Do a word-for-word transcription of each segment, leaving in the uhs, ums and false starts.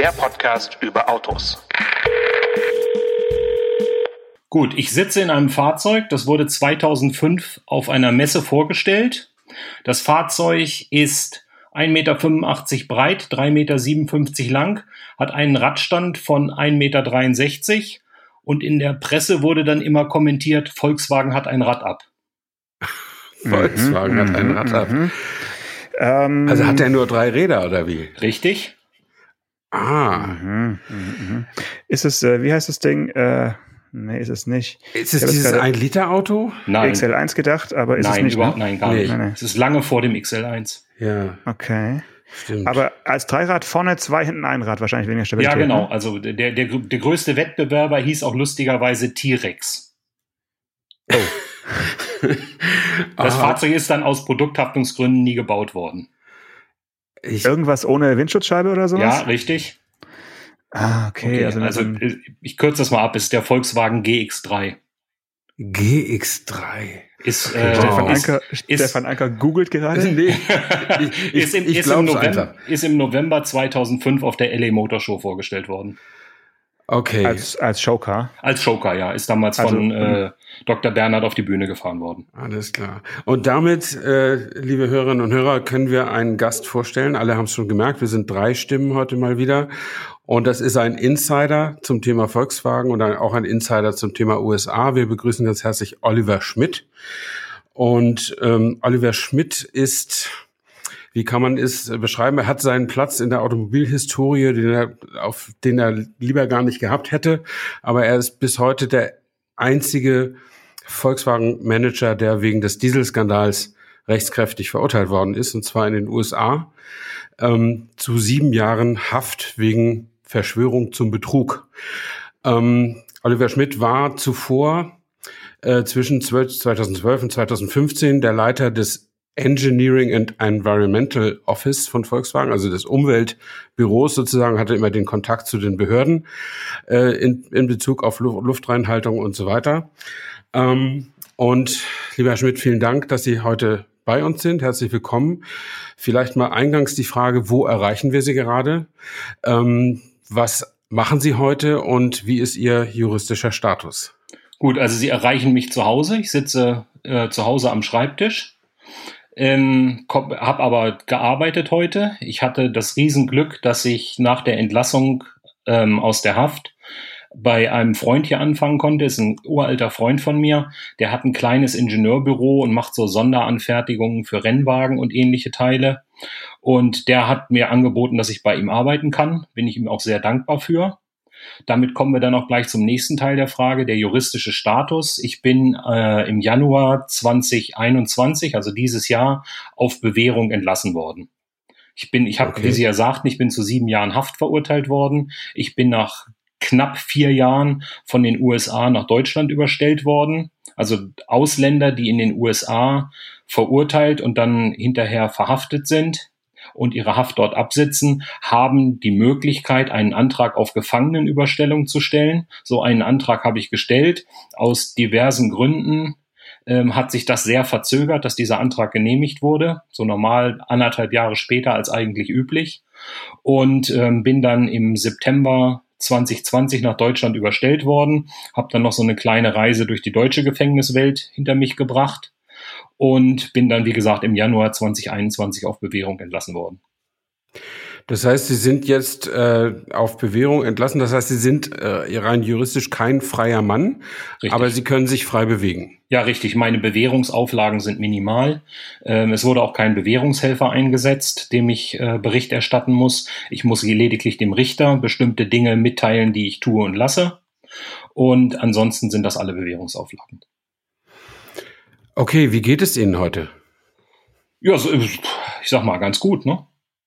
der Podcast über Autos. Gut, ich sitze in einem Fahrzeug, das wurde zweitausendfünf auf einer Messe vorgestellt. Das Fahrzeug ist ein Meter fünfundachtzig breit, drei Meter siebenundfünfzig lang, hat einen Radstand von ein Meter dreiundsechzig und in der Presse wurde dann immer kommentiert, Volkswagen hat ein Rad ab. Volkswagen mhm, hat ein Rad ab. Mhm. Ähm, also hat er nur drei Räder oder wie? Richtig. Ah. Mhm, mhm. Ist es, äh, wie heißt das Ding? Äh, nee, ist es nicht. Ist es dieses ein Liter Auto? Nein. X L eins gedacht, aber ist nein, es nicht? Überhaupt, Ne? nein, gar nee. nicht. Nein, nein. Es ist lange vor dem X L eins. Ja. Okay. Stimmt. Aber als Dreirad vorne zwei, hinten ein Rad, wahrscheinlich weniger Stabilität. Ja, genau. Ne? Also der, der, der größte Wettbewerber hieß auch lustigerweise T-Rex. Oh. Das Aha. Fahrzeug ist dann aus Produkthaftungsgründen nie gebaut worden. Ich, Irgendwas ohne Windschutzscheibe oder sowas? Ja, richtig. Ah, okay. Okay, also, also, also also ich kürze das mal ab. Es ist der Volkswagen G X drei. G X drei. Ist, Okay, äh, Stefan, ist, Anker, ist, Stefan Anker googelt gerade. Nee, ich, ich, ist, im, ich ist, im glaub's November, einfach. ist im November zweitausendfünf auf der L A Motor Show vorgestellt worden. Okay. Als, als Showcar. Als Showcar, ja. Ist damals Also, von äh, Doktor Bernhard auf die Bühne gefahren worden. Alles klar. Und damit, äh, liebe Hörerinnen und Hörer, können wir einen Gast vorstellen. Alle haben es schon gemerkt, wir sind drei Stimmen heute mal wieder. Und das ist ein Insider zum Thema Volkswagen und ein, auch ein Insider zum Thema U S A. Wir begrüßen ganz herzlich Oliver Schmidt. Und ähm, Oliver Schmidt ist, wie kann man es beschreiben, er hat seinen Platz in der Automobilhistorie, den er, auf den er lieber gar nicht gehabt hätte. Aber er ist bis heute der einzige Volkswagen-Manager, der wegen des Dieselskandals rechtskräftig verurteilt worden ist, und zwar in den U S A, ähm, zu sieben Jahren Haft wegen Verschwörung zum Betrug. Ähm, Oliver Schmidt war zuvor äh, zwischen zweitausendzwölf und zweitausendfünfzehn der Leiter des Engineering and Environmental Office von Volkswagen, also des Umweltbüros sozusagen, hatte immer den Kontakt zu den Behörden äh, in, in Bezug auf Lu- Luftreinhaltung und so weiter. Ähm, und lieber Herr Schmidt, vielen Dank, dass Sie heute bei uns sind. Herzlich willkommen. Vielleicht mal eingangs die Frage, wo erreichen wir Sie gerade? Ähm, was machen Sie heute und wie ist Ihr juristischer Status? Gut, also Sie erreichen mich zu Hause. Ich sitze äh, zu Hause am Schreibtisch. Ähm, habe aber gearbeitet heute. Ich hatte das Riesenglück, dass ich nach der Entlassung ähm, aus der Haft bei einem Freund hier anfangen konnte. Ist ein uralter Freund von mir. Der hat ein kleines Ingenieurbüro und macht so Sonderanfertigungen für Rennwagen und ähnliche Teile. Und der hat mir angeboten, dass ich bei ihm arbeiten kann. Bin ich ihm auch sehr dankbar für. Damit kommen wir dann auch gleich zum nächsten Teil der Frage, der juristische Status. Ich bin äh, im Januar zweitausendeinundzwanzig, also dieses Jahr, auf Bewährung entlassen worden. Ich bin, ich habe, Okay. wie Sie ja sagten, ich bin zu sieben Jahren Haft verurteilt worden. Ich bin nach knapp vier Jahren von den U S A nach Deutschland überstellt worden. Also Ausländer, die in den U S A verurteilt und dann hinterher verhaftet sind und ihre Haft dort absitzen, haben die Möglichkeit, einen Antrag auf Gefangenenüberstellung zu stellen. So einen Antrag habe ich gestellt. Aus diversen Gründen ähm, hat sich das sehr verzögert, dass dieser Antrag genehmigt wurde. So normal anderthalb Jahre später als eigentlich üblich. Und ähm, bin dann im September zwanzig zwanzig nach Deutschland überstellt worden. Habe dann noch so eine kleine Reise durch die deutsche Gefängniswelt hinter mich gebracht. Und bin dann, wie gesagt, im Januar zwanzig einundzwanzig auf Bewährung entlassen worden. Das heißt, Sie sind jetzt äh, auf Bewährung entlassen. Das heißt, Sie sind äh, rein juristisch kein freier Mann, Richtig. aber Sie können sich frei bewegen. Ja, richtig. Meine Bewährungsauflagen sind minimal. Ähm, es wurde auch kein Bewährungshelfer eingesetzt, dem ich äh, Bericht erstatten muss. Ich muss lediglich dem Richter bestimmte Dinge mitteilen, die ich tue und lasse. Und ansonsten sind das alle Bewährungsauflagen. Okay, wie geht es Ihnen heute? Ja, so, ich sag mal, ganz gut, ne?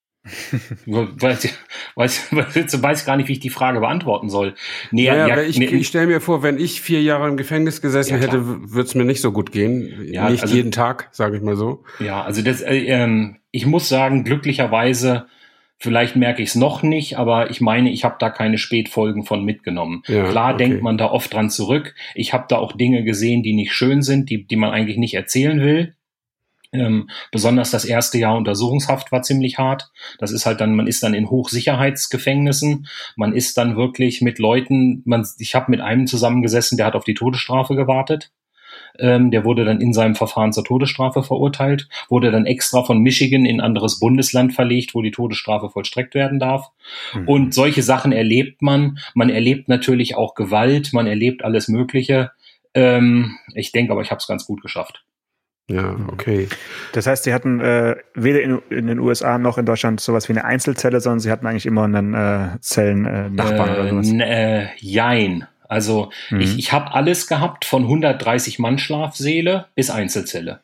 weiß, weiß, weiß, weiß gar nicht, wie ich die Frage beantworten soll. Nee, naja, ja, ich, nee, ich stelle mir vor, wenn ich vier Jahre im Gefängnis gesessen Ja, hätte, würde es mir nicht so gut gehen. Ja, nicht also- jeden Tag, sage ich mal so. Ja, also das, äh, ähm, ich muss sagen, glücklicherweise, vielleicht merke ich es noch nicht, aber ich meine, ich habe da keine Spätfolgen von mitgenommen. Ja, Klar okay. denkt man da oft dran zurück. Ich habe da auch Dinge gesehen, die nicht schön sind, die, die man eigentlich nicht erzählen will. Ähm, besonders das erste Jahr Untersuchungshaft war ziemlich hart. Das ist halt dann, man ist dann in Hochsicherheitsgefängnissen. Man ist dann wirklich mit Leuten, man, ich habe mit einem zusammengesessen, der hat auf die Todesstrafe gewartet. Ähm, der wurde dann in seinem Verfahren zur Todesstrafe verurteilt, wurde dann extra von Michigan in ein anderes Bundesland verlegt, wo die Todesstrafe vollstreckt werden darf. Mhm. Und solche Sachen erlebt man. Man erlebt natürlich auch Gewalt, man erlebt alles Mögliche. Ähm, ich denke aber, ich habe es ganz gut geschafft. Ja, okay. Das heißt, Sie hatten äh, weder in, in den U S A noch in Deutschland sowas wie eine Einzelzelle, sondern Sie hatten eigentlich immer einen äh, Zellennachbarn äh, oder sowas? Äh, jein. Also mhm. ich, ich habe alles gehabt, von hundertdreißig Mann Schlafsäle bis Einzelzelle.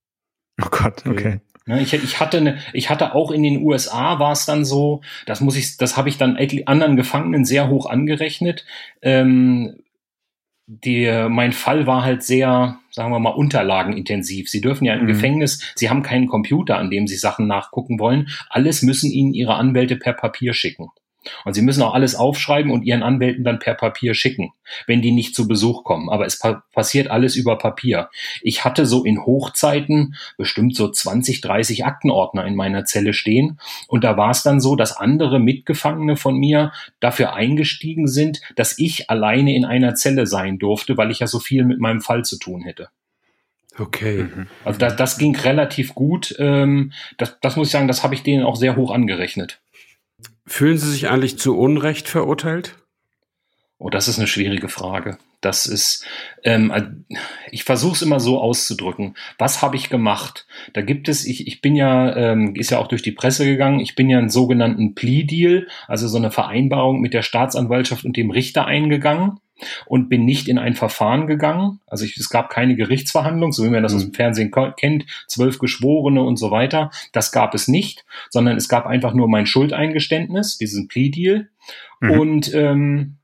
Oh Gott, okay. Ja, ich, ich hatte eine, ich hatte auch in den U S A war es dann so, das muss ich, das habe ich dann anderen Gefangenen sehr hoch angerechnet. Ähm, Die, mein Fall war halt sehr, sagen wir mal, unterlagenintensiv. Sie dürfen ja im mhm. Gefängnis, Sie haben keinen Computer, an dem Sie Sachen nachgucken wollen. Alles müssen Ihnen Ihre Anwälte per Papier schicken. Und Sie müssen auch alles aufschreiben und Ihren Anwälten dann per Papier schicken, wenn die nicht zu Besuch kommen. Aber es pa- passiert alles über Papier. Ich hatte so in Hochzeiten bestimmt so zwanzig, dreißig Aktenordner in meiner Zelle stehen. Und da war es dann so, dass andere Mitgefangene von mir dafür eingestiegen sind, dass ich alleine in einer Zelle sein durfte, weil ich ja so viel mit meinem Fall zu tun hätte. Okay. Also das, das ging relativ gut. Ähm, das, das muss ich sagen, das habe ich denen auch sehr hoch angerechnet. Fühlen Sie sich eigentlich zu Unrecht verurteilt? Oh, das ist eine schwierige Frage. Das ist, ähm, ich versuche es immer so auszudrücken. Was habe ich gemacht? Da gibt es, ich, ich bin ja, ähm, ist ja auch durch die Presse gegangen, ich bin ja einen sogenannten Plea-Deal, also so eine Vereinbarung mit der Staatsanwaltschaft und dem Richter eingegangen und bin nicht in ein Verfahren gegangen. Also ich, es gab keine Gerichtsverhandlung, so wie man das mhm. aus dem Fernsehen ko- kennt, zwölf Geschworene und so weiter. Das gab es nicht, sondern es gab einfach nur mein Schuldeingeständnis, diesen Plea-Deal. Mhm. Und ähm,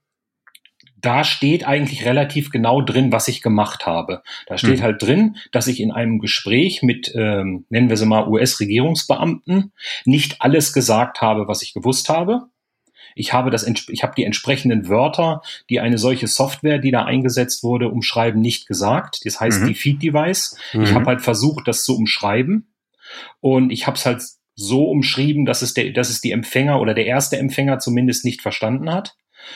da steht eigentlich relativ genau drin, was ich gemacht habe. Da steht mhm. halt drin, dass ich in einem Gespräch mit, ähm, nennen wir sie mal, U S-Regierungsbeamten nicht alles gesagt habe, was ich gewusst habe. Ich habe das, ich habe die entsprechenden Wörter, die eine solche Software, die da eingesetzt wurde, umschreiben, nicht gesagt. Das heißt, mhm. Defeat-Device. Mhm. Ich habe halt versucht, das zu umschreiben. Und ich habe es halt so umschrieben, dass es, der, dass es die Empfänger oder der erste Empfänger zumindest nicht verstanden hat.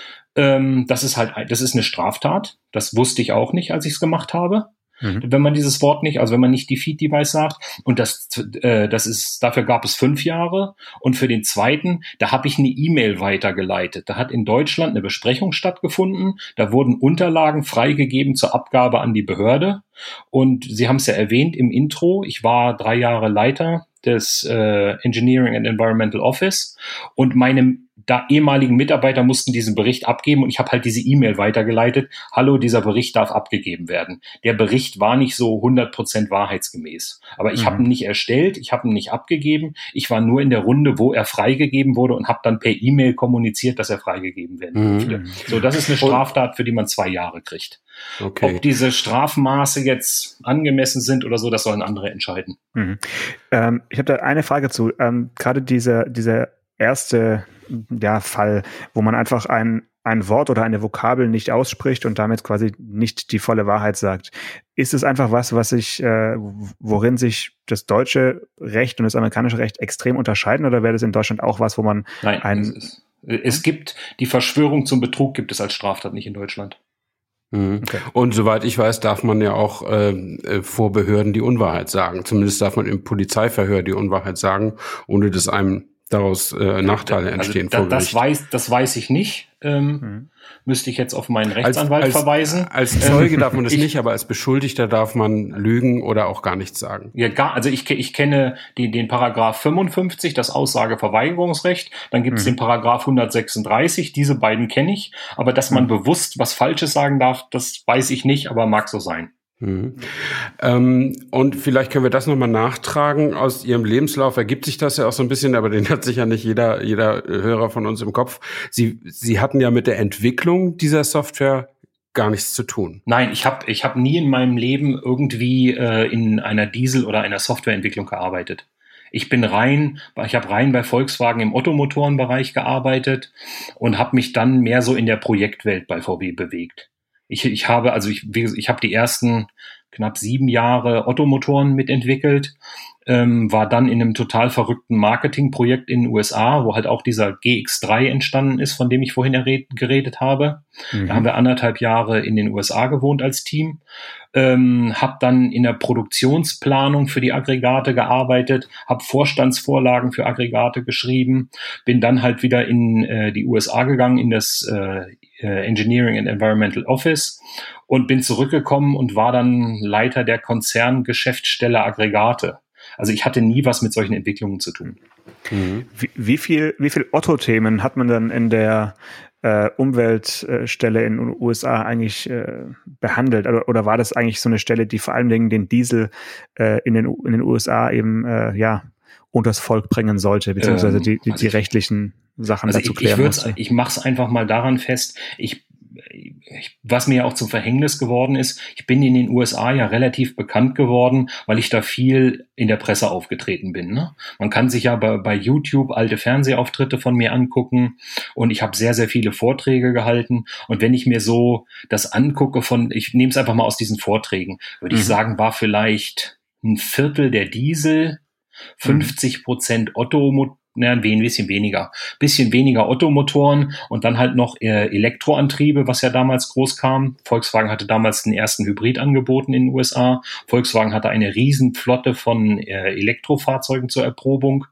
Ähm, das ist halt, das ist eine Straftat. Das wusste ich auch nicht, als ich es gemacht habe. Mhm. Wenn man dieses Wort nicht, also wenn man nicht Defeat-Device sagt, und das, äh, das ist, dafür gab es fünf Jahre. Und für den zweiten, da habe ich eine E-Mail weitergeleitet. Da hat in Deutschland eine Besprechung stattgefunden. Da wurden Unterlagen freigegeben zur Abgabe an die Behörde. Und Sie haben es ja erwähnt im Intro. Ich war drei Jahre Leiter des äh, Engineering and Environmental Office und meine da ehemaligen Mitarbeiter mussten diesen Bericht abgeben und ich habe halt diese E-Mail weitergeleitet. Hallo, dieser Bericht darf abgegeben werden. Der Bericht war nicht so hundert Prozent wahrheitsgemäß. Aber ich mhm. habe ihn nicht erstellt, ich habe ihn nicht abgegeben. Ich war nur in der Runde, wo er freigegeben wurde und habe dann per E-Mail kommuniziert, dass er freigegeben werden durfte. Mhm. So, das ist eine Straftat, für die man zwei Jahre kriegt. Okay. Ob diese Strafmaße jetzt angemessen sind oder so, das sollen andere entscheiden. Mhm. Ähm, ich habe da eine Frage zu. Ähm, gerade dieser, dieser erste ja, Fall, wo man einfach ein, ein Wort oder eine Vokabel nicht ausspricht und damit quasi nicht die volle Wahrheit sagt. Ist es einfach was, was sich, äh, worin sich das deutsche Recht und das amerikanische Recht extrem unterscheiden, oder wäre das in Deutschland auch was, wo man Nein, ein... Es, ist, es gibt, die Verschwörung zum Betrug gibt es als Straftat nicht in Deutschland. Mhm. Okay. Und soweit ich weiß, darf man ja auch äh, vor Behörden die Unwahrheit sagen. Zumindest darf man im Polizeiverhör die Unwahrheit sagen, ohne dass einem daraus äh, Nachteile entstehen. Also, da, das, weiß, das weiß ich nicht. Ähm, mhm. Müsste ich jetzt auf meinen Rechtsanwalt als, als, verweisen. Als Zeuge darf man das ich, nicht, aber als Beschuldigter darf man lügen oder auch gar nichts sagen. Ja, gar, also ich, ich kenne den, den Paragraph fünfundfünfzig, das Aussageverweigerungsrecht. Dann gibt es mhm. den Paragraph hundertsechsunddreißig. Diese beiden kenne ich. Aber dass man mhm. bewusst was Falsches sagen darf, das weiß ich nicht, aber mag so sein. Mhm. Ähm, und vielleicht können wir das nochmal nachtragen. Aus Ihrem Lebenslauf ergibt sich das ja auch so ein bisschen, aber den hat sich ja nicht jeder, jeder Hörer von uns im Kopf. Sie, Sie hatten ja mit der Entwicklung dieser Software gar nichts zu tun. Nein, ich habe ich hab nie in meinem Leben irgendwie äh, in einer Diesel- oder einer Softwareentwicklung gearbeitet. Ich bin rein, ich habe rein bei Volkswagen im Ottomotorenbereich gearbeitet und habe mich dann mehr so in der Projektwelt bei V W bewegt. Ich, ich habe, also ich, ich habe die ersten knapp sieben Jahre Ottomotoren mitentwickelt ähm, war dann in einem total verrückten Marketingprojekt in den U S A, wo halt auch dieser G X drei entstanden ist, von dem ich vorhin erred- geredet habe. Mhm. Da haben wir anderthalb Jahre in den U S A gewohnt als Team. Ähm, habe dann in der Produktionsplanung für die Aggregate gearbeitet, habe Vorstandsvorlagen für Aggregate geschrieben, bin dann halt wieder in äh, die U S A gegangen, in das äh, Engineering and Environmental Office und bin zurückgekommen und war dann Leiter der Konzerngeschäftsstelle Aggregate. Also ich hatte nie was mit solchen Entwicklungen zu tun. Mhm. Wie, wie viel, wie viel Otto-Themen hat man dann in der äh, Umweltstelle in den U S A eigentlich äh, behandelt? Oder, oder war das eigentlich so eine Stelle, die vor allen Dingen den Diesel äh, in, den, in den U S A eben äh, ja unters Volk bringen sollte, beziehungsweise die, die, also die rechtlichen Sachen also dazu ich, klären ich musste? Ich mache es einfach mal daran fest, ich Ich, was mir auch zum Verhängnis geworden ist, ich bin in den U S A ja relativ bekannt geworden, weil ich da viel in der Presse aufgetreten bin. Ne? Man kann sich ja bei, bei YouTube alte Fernsehauftritte von mir angucken und ich habe sehr, sehr viele Vorträge gehalten. Und wenn ich mir so das angucke von, ich nehme es einfach mal aus diesen Vorträgen, würde mhm. ich sagen, war vielleicht ein Viertel der Diesel, fünfzig Prozent Otto, ja, ein bisschen weniger, bisschen weniger Ottomotoren und dann halt noch äh, Elektroantriebe, was ja damals groß kam. Volkswagen hatte damals den ersten Hybrid angeboten in den U S A. Volkswagen hatte eine Riesenflotte von äh, Elektrofahrzeugen zur Erprobung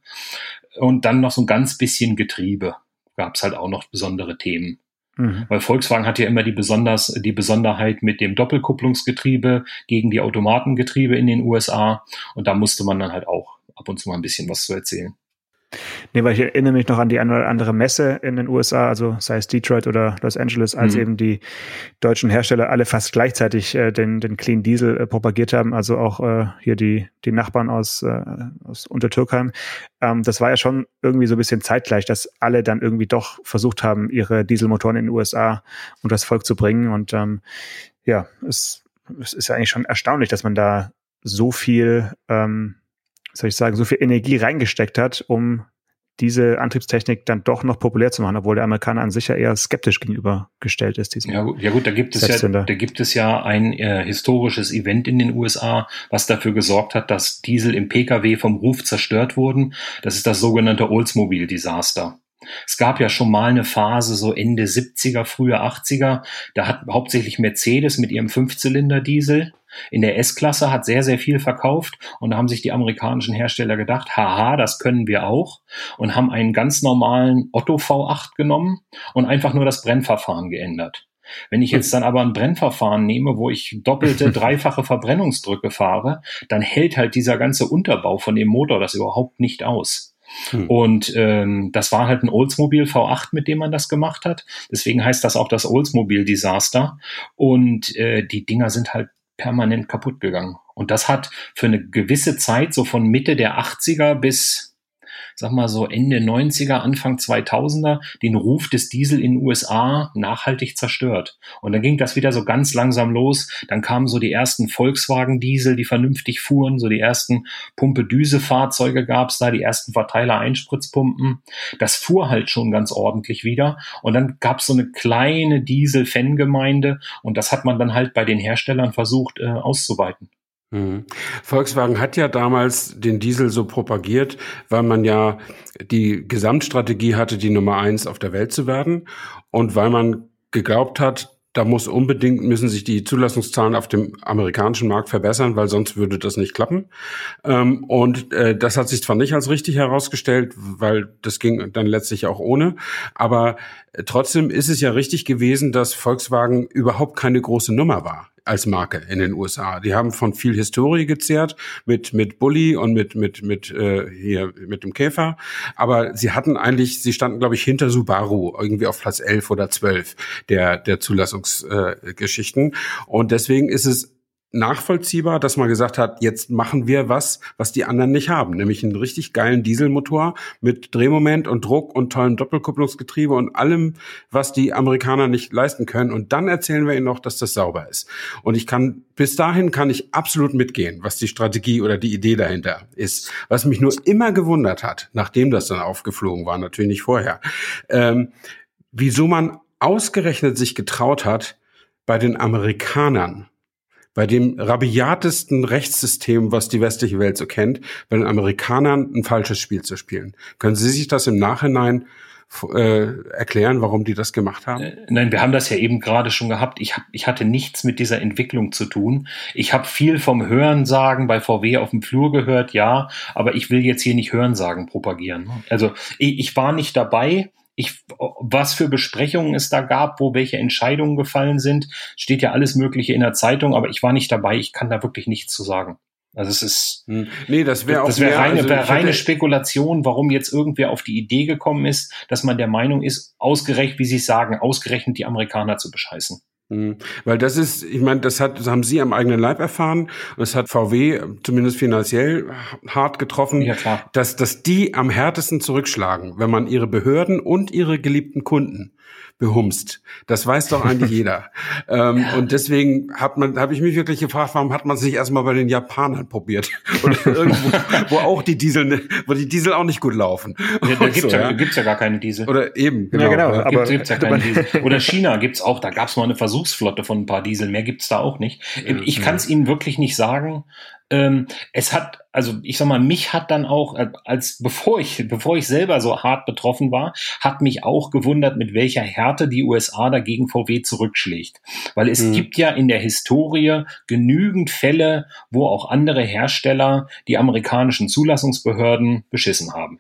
und dann noch so ein ganz bisschen Getriebe. Gab es halt auch noch besondere Themen. Mhm. Weil Volkswagen hat ja immer die, besonders, die Besonderheit mit dem Doppelkupplungsgetriebe gegen die Automatengetriebe in den U S A und da musste man dann halt auch ab und zu mal ein bisschen was zu erzählen. Nee, weil ich erinnere mich noch an die eine oder andere Messe in den U S A, also sei es Detroit oder Los Angeles, als mhm. eben die deutschen Hersteller alle fast gleichzeitig äh, den, den Clean Diesel äh, propagiert haben, also auch äh, hier die, die Nachbarn aus, äh, aus Untertürkheim. Ähm, das war ja schon irgendwie so ein bisschen zeitgleich, dass alle dann irgendwie doch versucht haben, ihre Dieselmotoren in den U S A unter das Volk zu bringen. Und ähm, ja, es, es ist ja eigentlich schon erstaunlich, dass man da so viel ähm, soll ich sagen, so viel Energie reingesteckt hat, um diese Antriebstechnik dann doch noch populär zu machen, obwohl der Amerikaner an sich ja eher skeptisch gegenübergestellt ist. Ja gut, ja gut, da gibt es ja, da gibt es ja ein äh, historisches Event in den U S A, was dafür gesorgt hat, dass Diesel im Pkw vom Ruf zerstört wurden. Das ist das sogenannte Oldsmobile-Desaster. Es gab ja schon mal eine Phase, so Ende siebziger, frühe achtziger, da hat hauptsächlich Mercedes mit ihrem Fünfzylinder-Diesel in der S-Klasse hat sehr, sehr viel verkauft und da haben sich die amerikanischen Hersteller gedacht, haha, das können wir auch und haben einen ganz normalen Otto V acht genommen und einfach nur das Brennverfahren geändert. Wenn ich jetzt dann aber ein Brennverfahren nehme, wo ich doppelte, dreifache Verbrennungsdrücke fahre, dann hält halt dieser ganze Unterbau von dem Motor das überhaupt nicht aus. Hm. Und ähm, das war halt ein Oldsmobile V acht, mit dem man das gemacht hat. Deswegen heißt das auch das Oldsmobile-Desaster. Und äh, die Dinger sind halt permanent kaputt gegangen. Und das hat für eine gewisse Zeit, so von Mitte der achtziger bis, sag mal so Ende neunziger, Anfang zweitausender, den Ruf des Diesel in den U S A nachhaltig zerstört. Und dann ging das wieder so ganz langsam los. Dann kamen so die ersten Volkswagen-Diesel, die vernünftig fuhren, so die ersten Pumpe-Düse-Fahrzeuge gab es da, die ersten Verteiler-Einspritzpumpen. Das fuhr halt schon ganz ordentlich wieder. Und dann gab es so eine kleine Diesel-Fangemeinde und das hat man dann halt bei den Herstellern versucht äh, auszuweiten. Mhm. Volkswagen hat ja damals den Diesel so propagiert, weil man ja die Gesamtstrategie hatte, die Nummer eins auf der Welt zu werden und weil man geglaubt hat, da muss unbedingt, müssen sich die Zulassungszahlen auf dem amerikanischen Markt verbessern, weil sonst würde das nicht klappen. Und das hat sich zwar nicht als richtig herausgestellt, weil das ging dann letztlich auch ohne, aber trotzdem ist es ja richtig gewesen, dass Volkswagen überhaupt keine große Nummer war als Marke in den U S A. Die haben von viel Historie gezehrt mit mit Bulli und mit mit mit äh, hier mit dem Käfer, aber sie hatten eigentlich, sie standen glaube ich hinter Subaru irgendwie auf Platz elf oder zwölf der der Zulassungsgeschichten äh, und deswegen ist es nachvollziehbar, dass man gesagt hat, jetzt machen wir was, was die anderen nicht haben, nämlich einen richtig geilen Dieselmotor mit Drehmoment und Druck und tollem Doppelkupplungsgetriebe und allem, was die Amerikaner nicht leisten können. Und dann erzählen wir ihnen noch, dass das sauber ist. Und ich kann, bis dahin kann ich absolut mitgehen, was die Strategie oder die Idee dahinter ist. Was mich nur immer gewundert hat, nachdem das dann aufgeflogen war, natürlich nicht vorher, ähm, wieso man ausgerechnet sich getraut hat, bei den Amerikanern bei dem rabiatesten Rechtssystem, was die westliche Welt so kennt, bei den Amerikanern ein falsches Spiel zu spielen. Können Sie sich das im Nachhinein äh, erklären, warum die das gemacht haben? Nein, wir haben das ja eben gerade schon gehabt. Ich, hab, ich hatte nichts mit dieser Entwicklung zu tun. Ich habe viel vom Hörensagen bei V W auf dem Flur gehört, ja, aber ich will jetzt hier nicht Hörensagen propagieren. Also ich, ich war nicht dabei. Ich, was für Besprechungen es da gab, wo welche Entscheidungen gefallen sind, steht ja alles Mögliche in der Zeitung, aber ich war nicht dabei, ich kann da wirklich nichts zu sagen. Also es ist, hm. nee, das wäre auch das wäre reine, also wär reine Spekulation, warum jetzt irgendwer auf die Idee gekommen ist, dass man der Meinung ist, ausgerechnet, wie Sie es sagen, ausgerechnet die Amerikaner zu bescheißen. Mhm. Weil das ist, ich meine, das hat, das haben Sie am eigenen Leib erfahren und es hat V W zumindest finanziell hart getroffen, Ja, klar. dass, dass die am härtesten zurückschlagen, wenn man ihre Behörden und ihre geliebten Kunden behumst. Das weiß doch eigentlich jeder. Ähm, ja. Und deswegen hat man, habe ich mich wirklich gefragt, warum hat man es nicht erstmal bei den Japanern probiert? Oder irgendwo, wo auch die Diesel, wo die Diesel auch nicht gut laufen. Ja, da gibt's so, ja, ja. gibt's ja gar keine Diesel. Oder eben, genau. Ja, genau. Ja. Aber gibt's, gibt's ja keine Diesel. Oder China gibt's auch, da gab's mal eine Versuchsflotte von ein paar Diesel. Mehr gibt's da auch nicht. Ja, ich ja. kann es Ihnen wirklich nicht sagen. Ähm, es hat, also ich sag mal, mich hat dann auch, als bevor ich, bevor ich selber so hart betroffen war, hat mich auch gewundert, mit welcher Härte die U S A dagegen V W zurückschlägt. Weil es mhm. gibt ja in der Historie genügend Fälle, wo auch andere Hersteller die amerikanischen Zulassungsbehörden beschissen haben.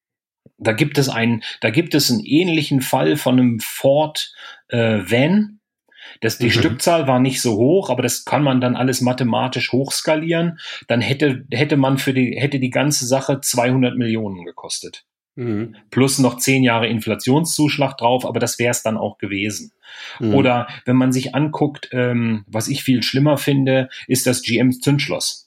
Da gibt es einen, da gibt es einen ähnlichen Fall von einem Ford äh, Van. Das, die mhm. Stückzahl war nicht so hoch, aber das kann man dann alles mathematisch hochskalieren. Dann hätte, hätte man für die, hätte die ganze Sache zweihundert Millionen gekostet. Mhm. Plus noch zehn Jahre Inflationszuschlag drauf, aber das wäre es dann auch gewesen. Mhm. Oder wenn man sich anguckt, ähm, was ich viel schlimmer finde, ist das G M-Zündschloss.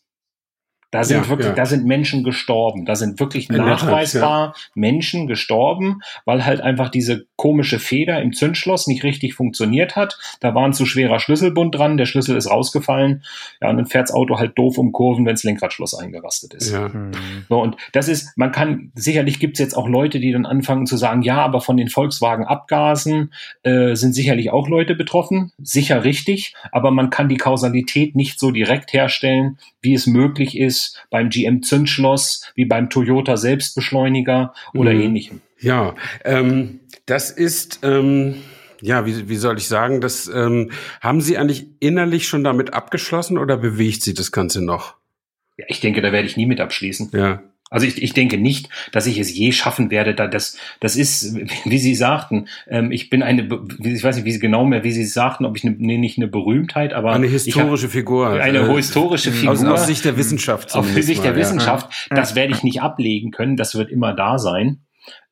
Da sind ja, wirklich, ja. da sind Menschen gestorben. Da sind wirklich in nachweisbar Tat, ja. Menschen gestorben, weil halt einfach diese komische Feder im Zündschloss nicht richtig funktioniert hat. Da war ein zu schwerer Schlüsselbund dran, der Schlüssel ist rausgefallen. Ja, und dann fährt das Auto halt doof um Kurven, wenn das Lenkradschloss eingerastet ist. Ja. Mhm. So, und das ist, man kann, sicherlich gibt's jetzt auch Leute, die dann anfangen zu sagen, ja, aber von den Volkswagen-Abgasen äh, sind sicherlich auch Leute betroffen. Sicher richtig, aber man kann die Kausalität nicht so direkt herstellen, wie es möglich ist, beim G M-Zündschloss, wie beim Toyota Selbstbeschleuniger oder mhm. ähnlichem. Ja, ähm, das ist, ähm, ja, wie, wie soll ich sagen, das ähm, haben Sie eigentlich innerlich schon damit abgeschlossen oder bewegt Sie das Ganze noch? Ja, ich denke, da werde ich nie mit abschließen. Ja. Also ich, ich denke nicht, dass ich es je schaffen werde. Da das, das ist, wie Sie sagten, ähm, ich bin eine, ich weiß nicht, wie Sie genau mehr, wie Sie sagten, ob ich eine, nee, nicht eine Berühmtheit, aber eine historische hab, Figur, eine äh, historische Figur aus, aus Sicht der Wissenschaft, aus Sicht der mal, Wissenschaft. Ja. Das werde ich nicht ablegen können. Das wird immer da sein.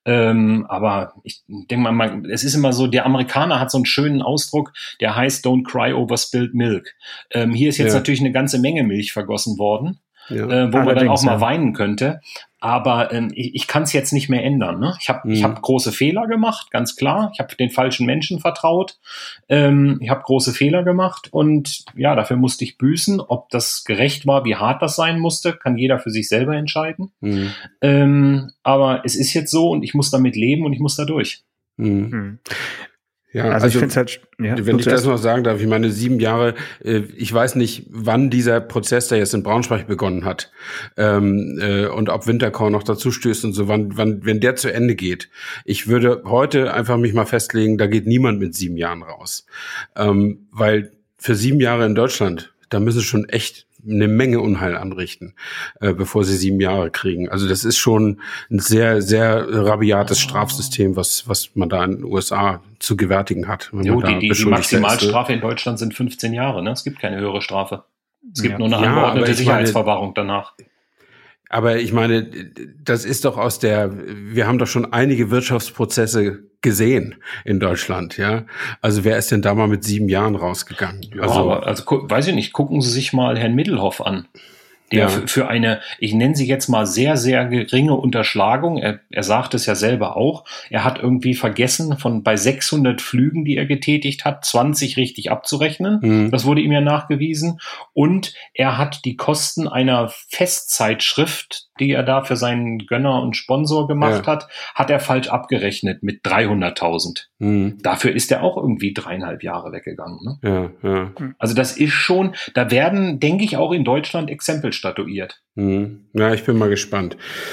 Ähm, aber ich denke mal, man, es ist immer so, der Amerikaner hat so einen schönen Ausdruck, der heißt "Don't cry over spilled milk". Ähm, hier ist jetzt ja. natürlich eine ganze Menge Milch vergossen worden. Ja. Äh, wo Allerdings, man dann auch mal ja. weinen könnte. Aber ähm, ich, ich kann es jetzt nicht mehr ändern. Ne? Ich habe mhm. ich hab große Fehler gemacht, ganz klar. Ich habe den falschen Menschen vertraut. Ähm, ich habe große Fehler gemacht und ja, dafür musste ich büßen. Ob das gerecht war, wie hart das sein musste, kann jeder für sich selber entscheiden. Mhm. Ähm, aber es ist jetzt so und ich muss damit leben und ich muss da durch. Mhm. Mhm. Ja, also, also ich finde es halt, ja, wenn ich das noch sagen darf, ich meine, sieben Jahre, äh, ich weiß nicht, wann dieser Prozess, der jetzt in Braunschweig begonnen hat, ähm, äh, und ob Winterkorn noch dazu stößt und so, wann, wann, wenn der zu Ende geht. Ich würde heute einfach mich mal festlegen, da geht niemand mit sieben Jahren raus. Ähm, weil für sieben Jahre in Deutschland, da müssen schon echt eine Menge Unheil anrichten, äh, bevor sie sieben Jahre kriegen. Also das ist schon ein sehr, sehr rabiates Strafsystem, was was man da in den U S A zu gewärtigen hat. Jo, die, die, die Maximalstrafe in Deutschland sind fünfzehn Jahre. Ne? Es gibt keine höhere Strafe. Es gibt ja. nur eine ja, angeordnete Sicherheitsverwahrung danach. Aber ich meine, das ist doch aus der, wir haben doch schon einige Wirtschaftsprozesse gesehen in Deutschland, ja. Also wer ist denn da mal mit sieben Jahren rausgegangen? Ja, also, aber, also weiß ich nicht, gucken Sie sich mal Herrn Middelhoff an. Der ja. für, für eine, ich nenne sie jetzt mal sehr, sehr geringe Unterschlagung, er, er sagt es ja selber auch, er hat irgendwie vergessen, von bei sechshundert Flügen, die er getätigt hat, zwanzig richtig abzurechnen. Mhm. Das wurde ihm ja nachgewiesen. Und er hat die Kosten einer Festzeitschrift die er da für seinen Gönner und Sponsor gemacht Ja. hat, hat er falsch abgerechnet mit dreihunderttausend. Mhm. Dafür ist er auch irgendwie dreieinhalb Jahre weggegangen. Ne? Ja, ja. Also das ist schon, da werden, denke ich, auch in Deutschland Exempel statuiert. Mhm. Ja, ich bin mal gespannt.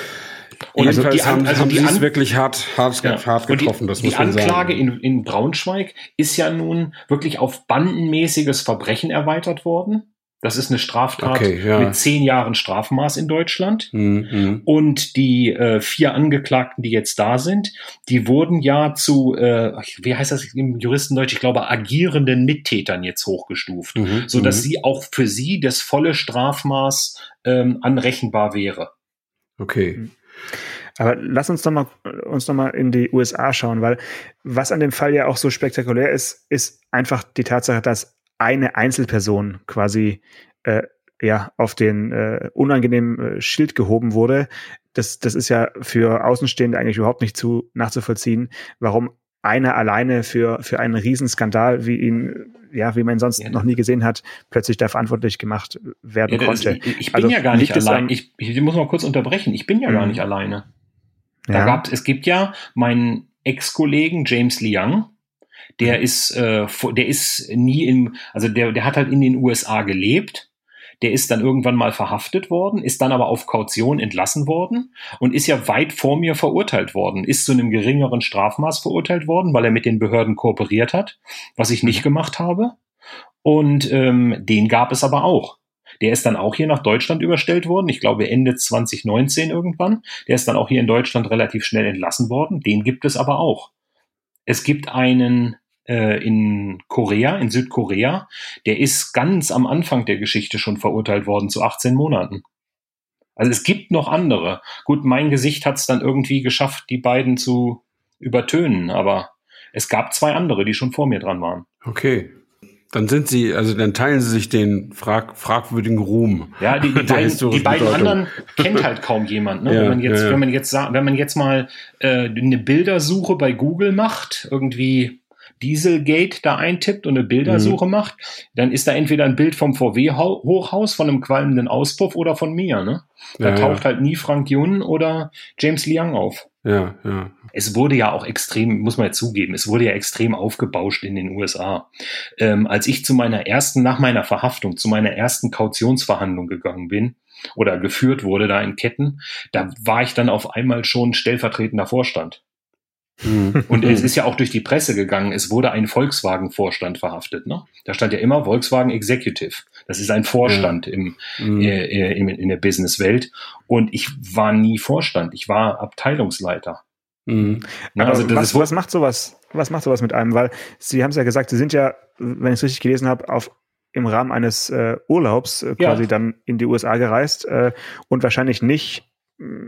Und Jedenfalls die An- haben, also haben die sie es An- wirklich hart, hart, Ja. hart Und getroffen, die, das die muss man Anklage sagen. in, in Braunschweig ist ja nun wirklich auf bandenmäßiges Verbrechen erweitert worden. Das ist eine Straftat Okay, ja. mit zehn Jahren Strafmaß in Deutschland. Mhm. Mhm. Und die äh, vier Angeklagten, die jetzt da sind, die wurden ja zu, äh, wie heißt das im Juristendeutsch, ich glaube, agierenden Mittätern jetzt hochgestuft, Mhm. sodass Mhm. sie auch für sie das volle Strafmaß ähm, anrechenbar wäre. Okay. Aber lass uns doch mal, uns noch mal in die U S A schauen, weil was an dem Fall ja auch so spektakulär ist, ist einfach die Tatsache, dass eine Einzelperson quasi äh, ja auf den äh, unangenehmen äh, Schild gehoben wurde. Das, das ist ja für Außenstehende eigentlich überhaupt nicht zu nachzuvollziehen, warum einer alleine für für einen Riesenskandal, wie ihn ja wie man ihn sonst Ja, noch nie gesehen hat, plötzlich da verantwortlich gemacht werden Ja, das, konnte. ich, ich bin Also ja gar nicht liegt es allein. am- Ich, ich muss mal kurz unterbrechen. Ich bin ja gar Mhm. nicht alleine. Da Ja. gab es gibt ja meinen Ex-Kollegen James Liang, der Mhm. ist, äh, vor- der ist nie im, also der, der hat halt in den U S A gelebt. Der ist dann irgendwann mal verhaftet worden, ist dann aber auf Kaution entlassen worden und ist ja weit vor mir verurteilt worden, ist zu einem geringeren Strafmaß verurteilt worden, weil er mit den Behörden kooperiert hat, was ich nicht gemacht habe. Und ähm, den gab es aber auch. Der ist dann auch hier nach Deutschland überstellt worden, ich glaube Ende zwanzig neunzehn irgendwann. Der ist dann auch hier in Deutschland relativ schnell entlassen worden. Den gibt es aber auch. Es gibt einen äh, in Korea, in Südkorea, der ist ganz am Anfang der Geschichte schon verurteilt worden zu achtzehn Monaten. Also es gibt noch andere. Gut, mein Gesicht hat es dann irgendwie geschafft, die beiden zu übertönen, aber es gab zwei andere, die schon vor mir dran waren. Okay. Dann sind sie, also dann teilen sie sich den frag, fragwürdigen Ruhm. Ja, die, die, der beiden, die historischen beiden Bedeutung. anderen kennt halt kaum jemand. Ne? Ja, wenn man jetzt, ja, ja. wenn man jetzt sagt, wenn man jetzt mal äh, eine Bildersuche bei Google macht, irgendwie Dieselgate da eintippt und eine Bildersuche mhm. macht, dann ist da entweder ein Bild vom V W-Hochhaus, von einem qualmenden Auspuff oder von mir. Ne? Da Ja, taucht ja. halt nie Frank Yun oder James Liang auf. Ja, ja. Es wurde ja auch extrem, muss man jetzt zugeben, es wurde ja extrem aufgebauscht in den U S A. Ähm, als ich zu meiner ersten, nach meiner Verhaftung, zu meiner ersten Kautionsverhandlung gegangen bin oder geführt wurde da in Ketten, da war ich dann auf einmal schon stellvertretender Vorstand. Mhm. Und es ist ja auch durch die Presse gegangen, es wurde ein Volkswagen-Vorstand verhaftet. Ne? Da stand ja immer Volkswagen Executive. Das ist ein Vorstand ja. im, mhm. äh, in, in der Businesswelt. Und ich war nie Vorstand, ich war Abteilungsleiter. Mhm. Na, Aber also das was, ist, was macht sowas? Was macht sowas mit einem? Weil Sie haben es ja gesagt, Sie sind ja, wenn ich es richtig gelesen habe, auf im Rahmen eines äh, Urlaubs äh, quasi Ja. dann in die U S A gereist äh, und wahrscheinlich nicht, mh,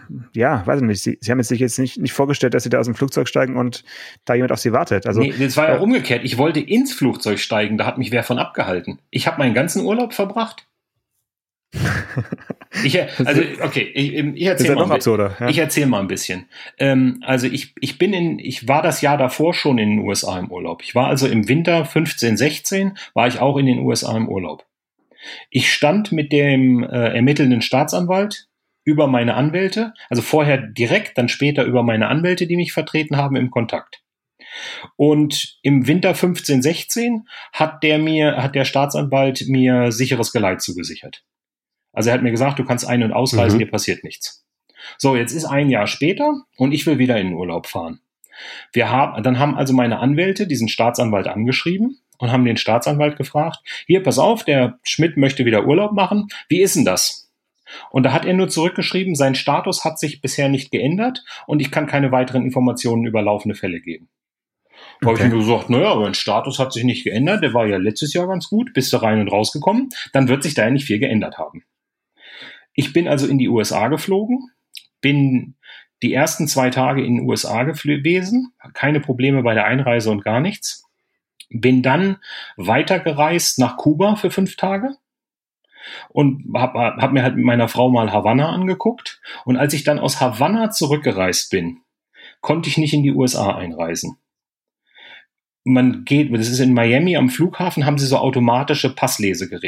ja, weiß ich nicht, Sie, Sie haben jetzt sich jetzt nicht, nicht vorgestellt, dass Sie da aus dem Flugzeug steigen und da jemand auf Sie wartet. Also nee, das war ja äh, auch umgekehrt. Ich wollte ins Flugzeug steigen, da hat mich wer von abgehalten. Ich habe meinen ganzen Urlaub verbracht. Ich, also, okay, ich, ich das ist erzähle ja mal, noch ein bi- absurder. Ja? ich erzähl mal ein bisschen. Ähm, also ich, ich bin in, ich war das Jahr davor schon in den U S A im Urlaub. Ich war also im Winter fünfzehn, sechzehn, war ich auch in den U S A im Urlaub. Ich stand mit dem äh, ermittelnden Staatsanwalt über meine Anwälte, also vorher direkt, dann später über meine Anwälte, die mich vertreten haben, im Kontakt. Und im Winter fünfzehn, sechzehn hat der mir, hat der Staatsanwalt mir sicheres Geleit zugesichert. Also er hat mir gesagt, du kannst ein- und ausreisen, Mhm. dir passiert nichts. So, jetzt ist ein Jahr später und ich will wieder in den Urlaub fahren. Wir haben, dann haben also meine Anwälte diesen Staatsanwalt angeschrieben und haben den Staatsanwalt gefragt, hier, pass auf, der Schmidt möchte wieder Urlaub machen. Wie ist denn das? Und da hat er nur zurückgeschrieben, sein Status hat sich bisher nicht geändert und ich kann keine weiteren Informationen über laufende Fälle geben. Da Okay. habe ich mir gesagt, naja, aber mein Status hat sich nicht geändert, der war ja letztes Jahr ganz gut, bist du rein und rausgekommen, dann wird sich da ja nicht viel geändert haben. Ich bin also in die U S A geflogen, bin die ersten zwei Tage in den U S A gewesen, keine Probleme bei der Einreise und gar nichts. Bin dann weitergereist nach Kuba für fünf Tage und habe hab mir halt mit meiner Frau mal Havanna angeguckt. Und als ich dann aus Havanna zurückgereist bin, konnte ich nicht in die U S A einreisen. Man geht, das ist in Miami am Flughafen, haben sie so automatische Passlesegeräte.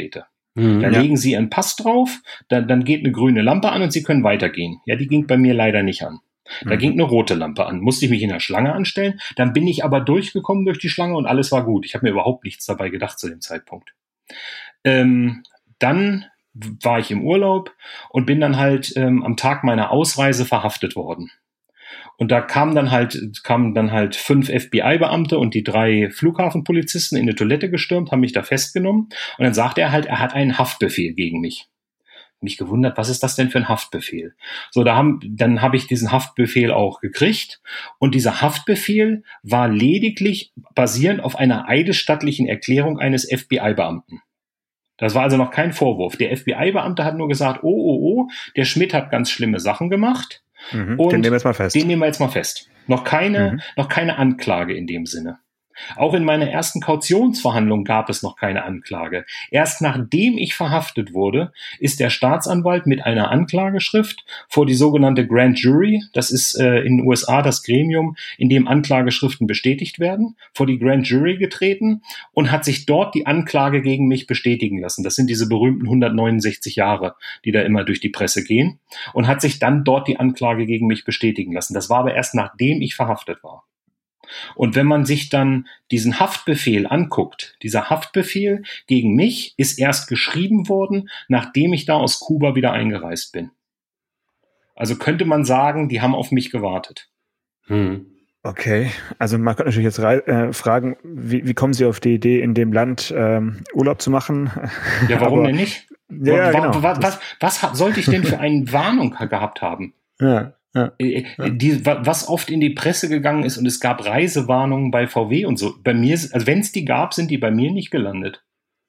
Mhm, da ja. legen Sie Ihren Pass drauf, dann, dann geht eine grüne Lampe an und Sie können weitergehen. Ja, die ging bei mir leider nicht an. Da mhm. ging eine rote Lampe an. Musste ich mich in der Schlange anstellen. Dann bin ich aber durchgekommen durch die Schlange und alles war gut. Ich habe mir überhaupt nichts dabei gedacht zu dem Zeitpunkt. Ähm, dann war ich im Urlaub und bin dann halt ähm, am Tag meiner Ausreise verhaftet worden. Und da kamen dann halt, kamen dann halt fünf F B I-Beamte und die drei Flughafenpolizisten in eine Toilette gestürmt, haben mich da festgenommen. Und dann sagte er halt, er hat einen Haftbefehl gegen mich. Mich gewundert, was ist das denn für ein Haftbefehl? So, da haben, dann habe ich diesen Haftbefehl auch gekriegt. Und dieser Haftbefehl war lediglich basierend auf einer eidesstattlichen Erklärung eines F B I-Beamten. Das war also noch kein Vorwurf. Der F B I-Beamte hat nur gesagt, oh, oh, oh, der Schmidt hat ganz schlimme Sachen gemacht. Mhm, und den nehmen wir jetzt mal fest. Den nehmen wir jetzt mal fest. Noch keine, mhm. noch keine Anklage in dem Sinne. Auch in meiner ersten Kautionsverhandlung gab es noch keine Anklage. Erst nachdem ich verhaftet wurde, ist der Staatsanwalt mit einer Anklageschrift vor die sogenannte Grand Jury, das ist äh, in den U S A das Gremium, in dem Anklageschriften bestätigt werden, vor die Grand Jury getreten und hat sich dort die Anklage gegen mich bestätigen lassen. Das sind diese berühmten hundertneunundsechzig Jahre, die da immer durch die Presse gehen, und hat sich dann dort die Anklage gegen mich bestätigen lassen. Das war aber erst nachdem ich verhaftet war. Und wenn man sich dann diesen Haftbefehl anguckt, dieser Haftbefehl gegen mich ist erst geschrieben worden, nachdem ich da aus Kuba wieder eingereist bin. Also könnte man sagen, die haben auf mich gewartet. Hm. Okay, also man könnte natürlich jetzt äh, fragen, wie, wie kommen Sie auf die Idee, in dem Land ähm, Urlaub zu machen? Ja, warum Aber, denn nicht? Ja, genau. Was, was, was, was sollte ich denn für eine Warnung gehabt haben? Ja. Ja, ja. ja. Die, was oft in die Presse gegangen ist und es gab Reisewarnungen bei V W und so. Bei mir, also wenn es die gab, sind die bei mir nicht gelandet.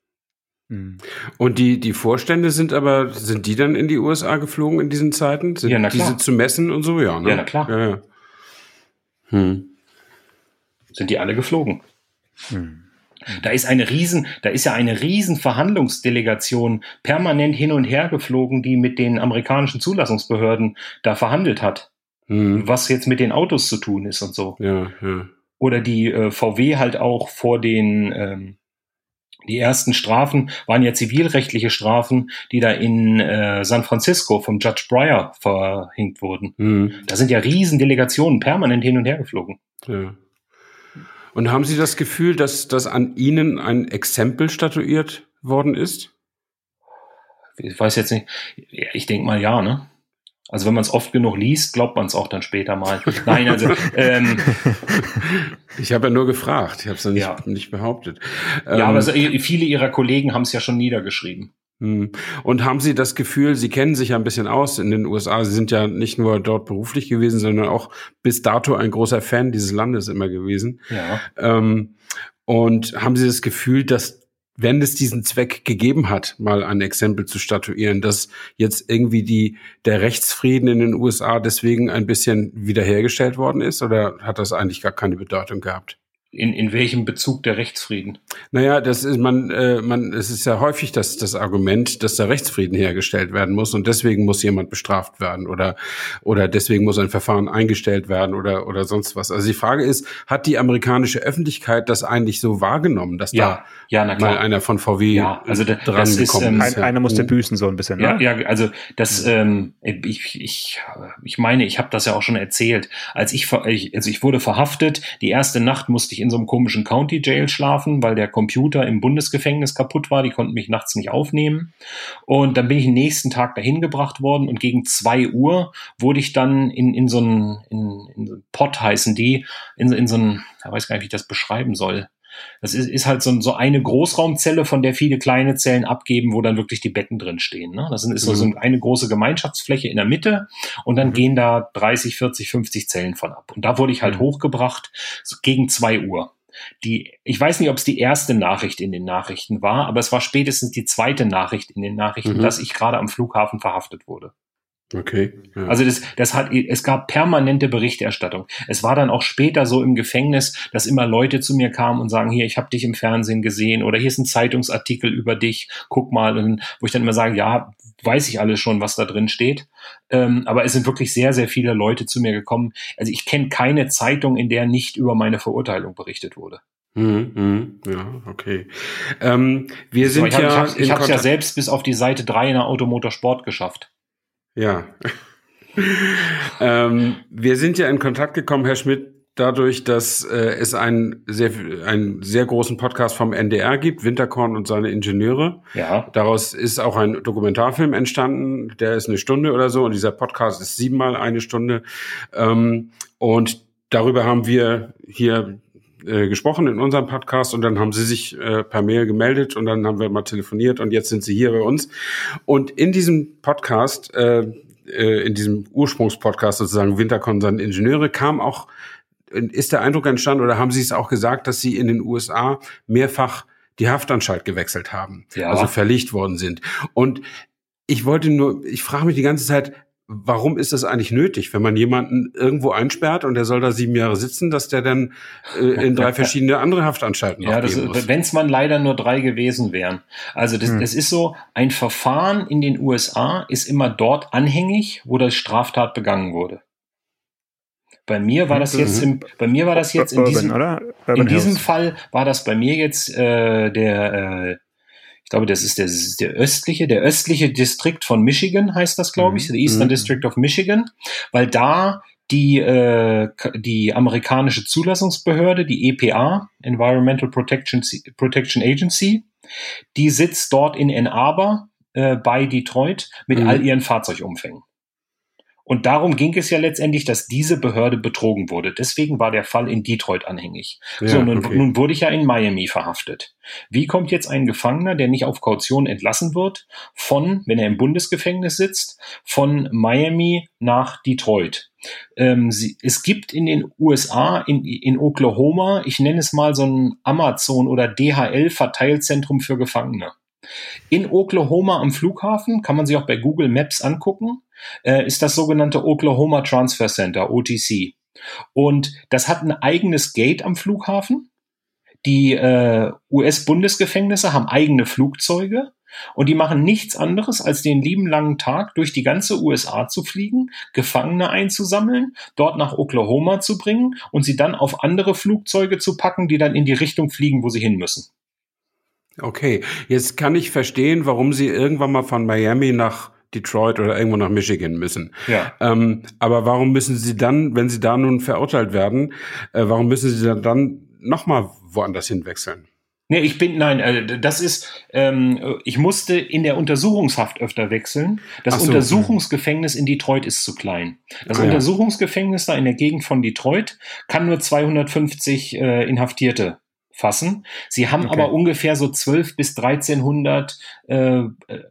Und die, die Vorstände sind aber, sind die dann in die U S A geflogen in diesen Zeiten? Sind ja, na klar. diese zu messen und so? Ja, ne? Ja, na klar. Ja, ja. Hm. Sind die alle geflogen. Hm. Da ist eine riesen, da ist ja eine riesen Verhandlungsdelegation permanent hin und her geflogen, die mit den amerikanischen Zulassungsbehörden da verhandelt hat, hm. was jetzt mit den Autos zu tun ist und so. Ja, ja. Oder die äh, V W halt auch vor den, ähm, die ersten Strafen waren ja zivilrechtliche Strafen, die da in äh, San Francisco vom Judge Breyer verhängt wurden. Hm. Da sind ja riesen Delegationen permanent hin und her geflogen. Ja. Und haben Sie das Gefühl, dass, dass an Ihnen ein Exempel statuiert worden ist? Ich weiß jetzt nicht. Ich denke mal ja, ne? Also wenn man es oft genug liest, glaubt man es auch dann später mal. Nein, also ähm, ich habe ja nur gefragt, ich habe es ja nicht, ja. nicht behauptet. Ja, ähm, aber so, viele Ihrer Kollegen haben es ja schon niedergeschrieben. Und haben Sie das Gefühl, Sie kennen sich ja ein bisschen aus in den U S A, Sie sind ja nicht nur dort beruflich gewesen, sondern auch bis dato ein großer Fan dieses Landes immer gewesen. Ja. Ähm, und haben Sie das Gefühl, dass, wenn es diesen Zweck gegeben hat, mal ein Exempel zu statuieren, dass jetzt irgendwie die, der Rechtsfrieden in den U S A deswegen ein bisschen wiederhergestellt worden ist? Oder hat das eigentlich gar keine Bedeutung gehabt? In, in welchem Bezug der Rechtsfrieden? Naja, das ist man, äh, man, es ist ja häufig das, das Argument, dass der Rechtsfrieden hergestellt werden muss und deswegen muss jemand bestraft werden oder, oder deswegen muss ein Verfahren eingestellt werden oder, oder sonst was. Also die Frage ist, hat die amerikanische Öffentlichkeit das eigentlich so wahrgenommen, dass ja, da ja, na klar. mal einer von V W ja, also da, dran das gekommen ist? ist? Ähm, ein, einer musste büßen so ein bisschen, ja, ne? Ja, also das, ähm, ich, ich, ich meine, ich habe das ja auch schon erzählt. Als ich, also ich wurde verhaftet, die erste Nacht musste ich in so einem komischen County Jail schlafen, weil der Computer im Bundesgefängnis kaputt war. Die konnten mich nachts nicht aufnehmen. Und dann bin ich den nächsten Tag dahin gebracht worden und gegen zwei Uhr wurde ich dann in, in so einen, in, in so einen Pott heißen die, in, in so einen, ich weiß gar nicht, wie ich das beschreiben soll. Das ist, ist halt so, so eine Großraumzelle, von der viele kleine Zellen abgeben, wo dann wirklich die Betten drin stehen. Ne? Das ist so, so eine große Gemeinschaftsfläche in der Mitte und dann mhm. gehen da dreißig, vierzig, fünfzig Zellen von ab. Und da wurde ich halt mhm. hochgebracht so gegen zwei Uhr. Die, ich weiß nicht, ob es die erste Nachricht in den Nachrichten war, aber es war spätestens die zweite Nachricht in den Nachrichten, mhm. dass ich gerade am Flughafen verhaftet wurde. Okay. Ja. Also das, das hat, es gab permanente Berichterstattung. Es war dann auch später so im Gefängnis, dass immer Leute zu mir kamen und sagen, hier, ich habe dich im Fernsehen gesehen oder hier ist ein Zeitungsartikel über dich, guck mal. Und wo ich dann immer sage, ja, weiß ich alles schon, was da drin steht. Ähm, aber es sind wirklich sehr, sehr viele Leute zu mir gekommen. Also ich kenne keine Zeitung, in der nicht über meine Verurteilung berichtet wurde. Mhm, ja, okay. Ähm, wir So, sind ich habe ja ich habe es ja selbst bis auf die Seite drei in der Automotorsport geschafft. Ja. ähm, wir sind ja in Kontakt gekommen, Herr Schmidt, dadurch, dass äh, es einen sehr, einen sehr großen Podcast vom N D R gibt, Winterkorn und seine Ingenieure. Ja. Daraus ist auch ein Dokumentarfilm entstanden, der ist eine Stunde oder so und dieser Podcast ist siebenmal eine Stunde. Ähm, und darüber haben wir hier äh, gesprochen in unserem Podcast und dann haben sie sich äh, per Mail gemeldet und dann haben wir mal telefoniert und jetzt sind sie hier bei uns. Und in diesem Podcast, äh, in diesem Ursprungspodcast sozusagen Winterkorn und seine Ingenieure, kam auch, ist der Eindruck entstanden oder haben Sie es auch gesagt, dass Sie in den U S A mehrfach die Haftanstalt gewechselt haben, Ja. also verlegt worden sind. Und ich wollte nur, ich frage mich die ganze Zeit, warum ist das eigentlich nötig, wenn man jemanden irgendwo einsperrt und der soll da sieben Jahre sitzen, dass der dann äh, in drei verschiedene andere Haftanstalten ja, gehen muss? Wenn es man leider nur drei gewesen wären. Also das, hm. das ist so, ein Verfahren in den U S A ist immer dort anhängig, wo das Straftat begangen wurde. Bei mir war das jetzt im, bei mir war das jetzt in diesem, Urban, oder? in diesem Fall war das bei mir jetzt äh, der äh, ich glaube, das ist der, das ist der östliche, der östliche Distrikt von Michigan heißt das, glaube ich, the Eastern mhm. District of Michigan, weil da die, äh, die amerikanische Zulassungsbehörde, die E P A, Environmental Protection, Protection Agency, die sitzt dort in Ann Arbor äh, bei Detroit mit mhm. all ihren Fahrzeugumfängen. Und darum ging es ja letztendlich, dass diese Behörde betrogen wurde. Deswegen war der Fall in Detroit anhängig. Ja, so, nun, okay. nun wurde ich ja in Miami verhaftet. Wie kommt jetzt ein Gefangener, der nicht auf Kaution entlassen wird, von, wenn er im Bundesgefängnis sitzt, von Miami nach Detroit? Ähm, sie, es gibt in den U S A, in, in Oklahoma, ich nenne es mal so ein Amazon- oder D H L-Verteilzentrum für Gefangene. In Oklahoma am Flughafen, kann man sich auch bei Google Maps angucken, äh, ist das sogenannte Oklahoma Transfer Center, O T C. Und das hat ein eigenes Gate am Flughafen. Die äh, U S-Bundesgefängnisse haben eigene Flugzeuge und die machen nichts anderes, als den lieben langen Tag durch die ganze U S A zu fliegen, Gefangene einzusammeln, dort nach Oklahoma zu bringen und sie dann auf andere Flugzeuge zu packen, die dann in die Richtung fliegen, wo sie hin müssen. Okay, jetzt kann ich verstehen, warum Sie irgendwann mal von Miami nach Detroit oder irgendwo nach Michigan müssen. Ja. Ähm, aber warum müssen Sie dann, wenn Sie da nun verurteilt werden, äh, warum müssen Sie dann, dann nochmal woanders hinwechseln? Nee, ich bin, nein, äh, das ist, ähm, ich musste in der Untersuchungshaft öfter wechseln. Das so. Untersuchungsgefängnis in Detroit ist zu klein. Das ah, Untersuchungsgefängnis da in der Gegend von Detroit kann nur zweihundertfünfzig äh, Inhaftierte fassen. Sie haben okay. aber ungefähr so zwölf bis dreizehnhundert äh,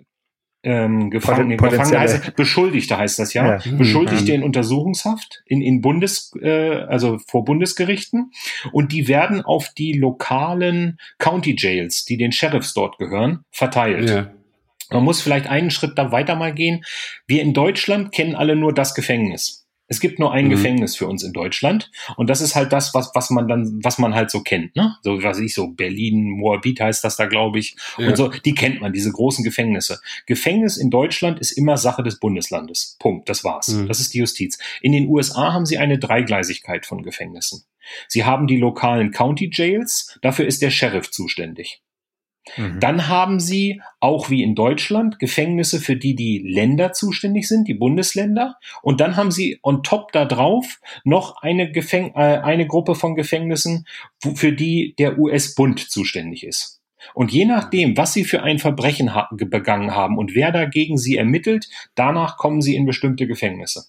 ähm, Gefangene, Gefangene heißt, Beschuldigte heißt das ja, ja. Beschuldigte in Untersuchungshaft in, in Bundes, äh, also vor Bundesgerichten und die werden auf die lokalen County Jails, die den Sheriffs dort gehören, verteilt. Ja. Man muss vielleicht einen Schritt da weiter mal gehen. Wir in Deutschland kennen alle nur das Gefängnis. Es gibt nur ein mhm. Gefängnis für uns in Deutschland und das ist halt das, was was man dann, was man halt so kennt, ne? So was ich so Berlin, Moabit heißt das da, glaube ich, ja. und so. Die kennt man, diese großen Gefängnisse. Gefängnis in Deutschland ist immer Sache des Bundeslandes. Punkt. Das war's. Mhm. Das ist die Justiz. In den U S A haben sie eine Dreigleisigkeit von Gefängnissen. Sie haben die lokalen County Jails. Dafür ist der Sheriff zuständig. Mhm. Dann haben sie, auch wie in Deutschland, Gefängnisse, für die die Länder zuständig sind, die Bundesländer. Und dann haben sie on top da drauf noch eine, Gefäng- äh, eine Gruppe von Gefängnissen, wo, für die der U S-Bund zuständig ist. Und je nachdem, was sie für ein Verbrechen ha- begangen haben und wer dagegen sie ermittelt, danach kommen sie in bestimmte Gefängnisse.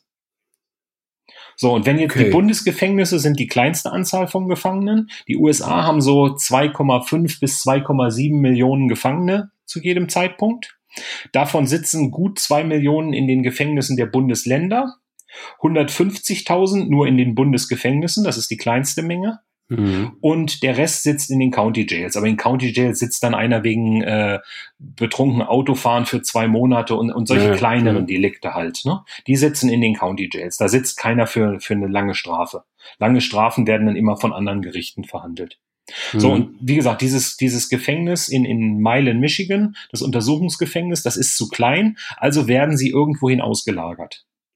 So, und wenn jetzt okay. die Bundesgefängnisse sind die kleinste Anzahl von Gefangenen, die U S A haben so zwei Komma fünf bis zwei Komma sieben Millionen Gefangene zu jedem Zeitpunkt. Davon sitzen gut zwei Millionen in den Gefängnissen der Bundesländer, hundertfünfzigtausend nur in den Bundesgefängnissen, das ist die kleinste Menge. Mhm. Und der Rest sitzt in den County Jails. Aber in County Jails sitzt dann einer wegen äh, betrunken Autofahren für zwei Monate und, und solche ja, kleineren ja. Delikte halt. Ne? Die sitzen in den County Jails. Da sitzt keiner für, für eine lange Strafe. Lange Strafen werden dann immer von anderen Gerichten verhandelt. Mhm. So, und wie gesagt, dieses, dieses Gefängnis in, in Milan, Michigan, das Untersuchungsgefängnis, das ist zu klein, also werden sie irgendwohin ausgelagert.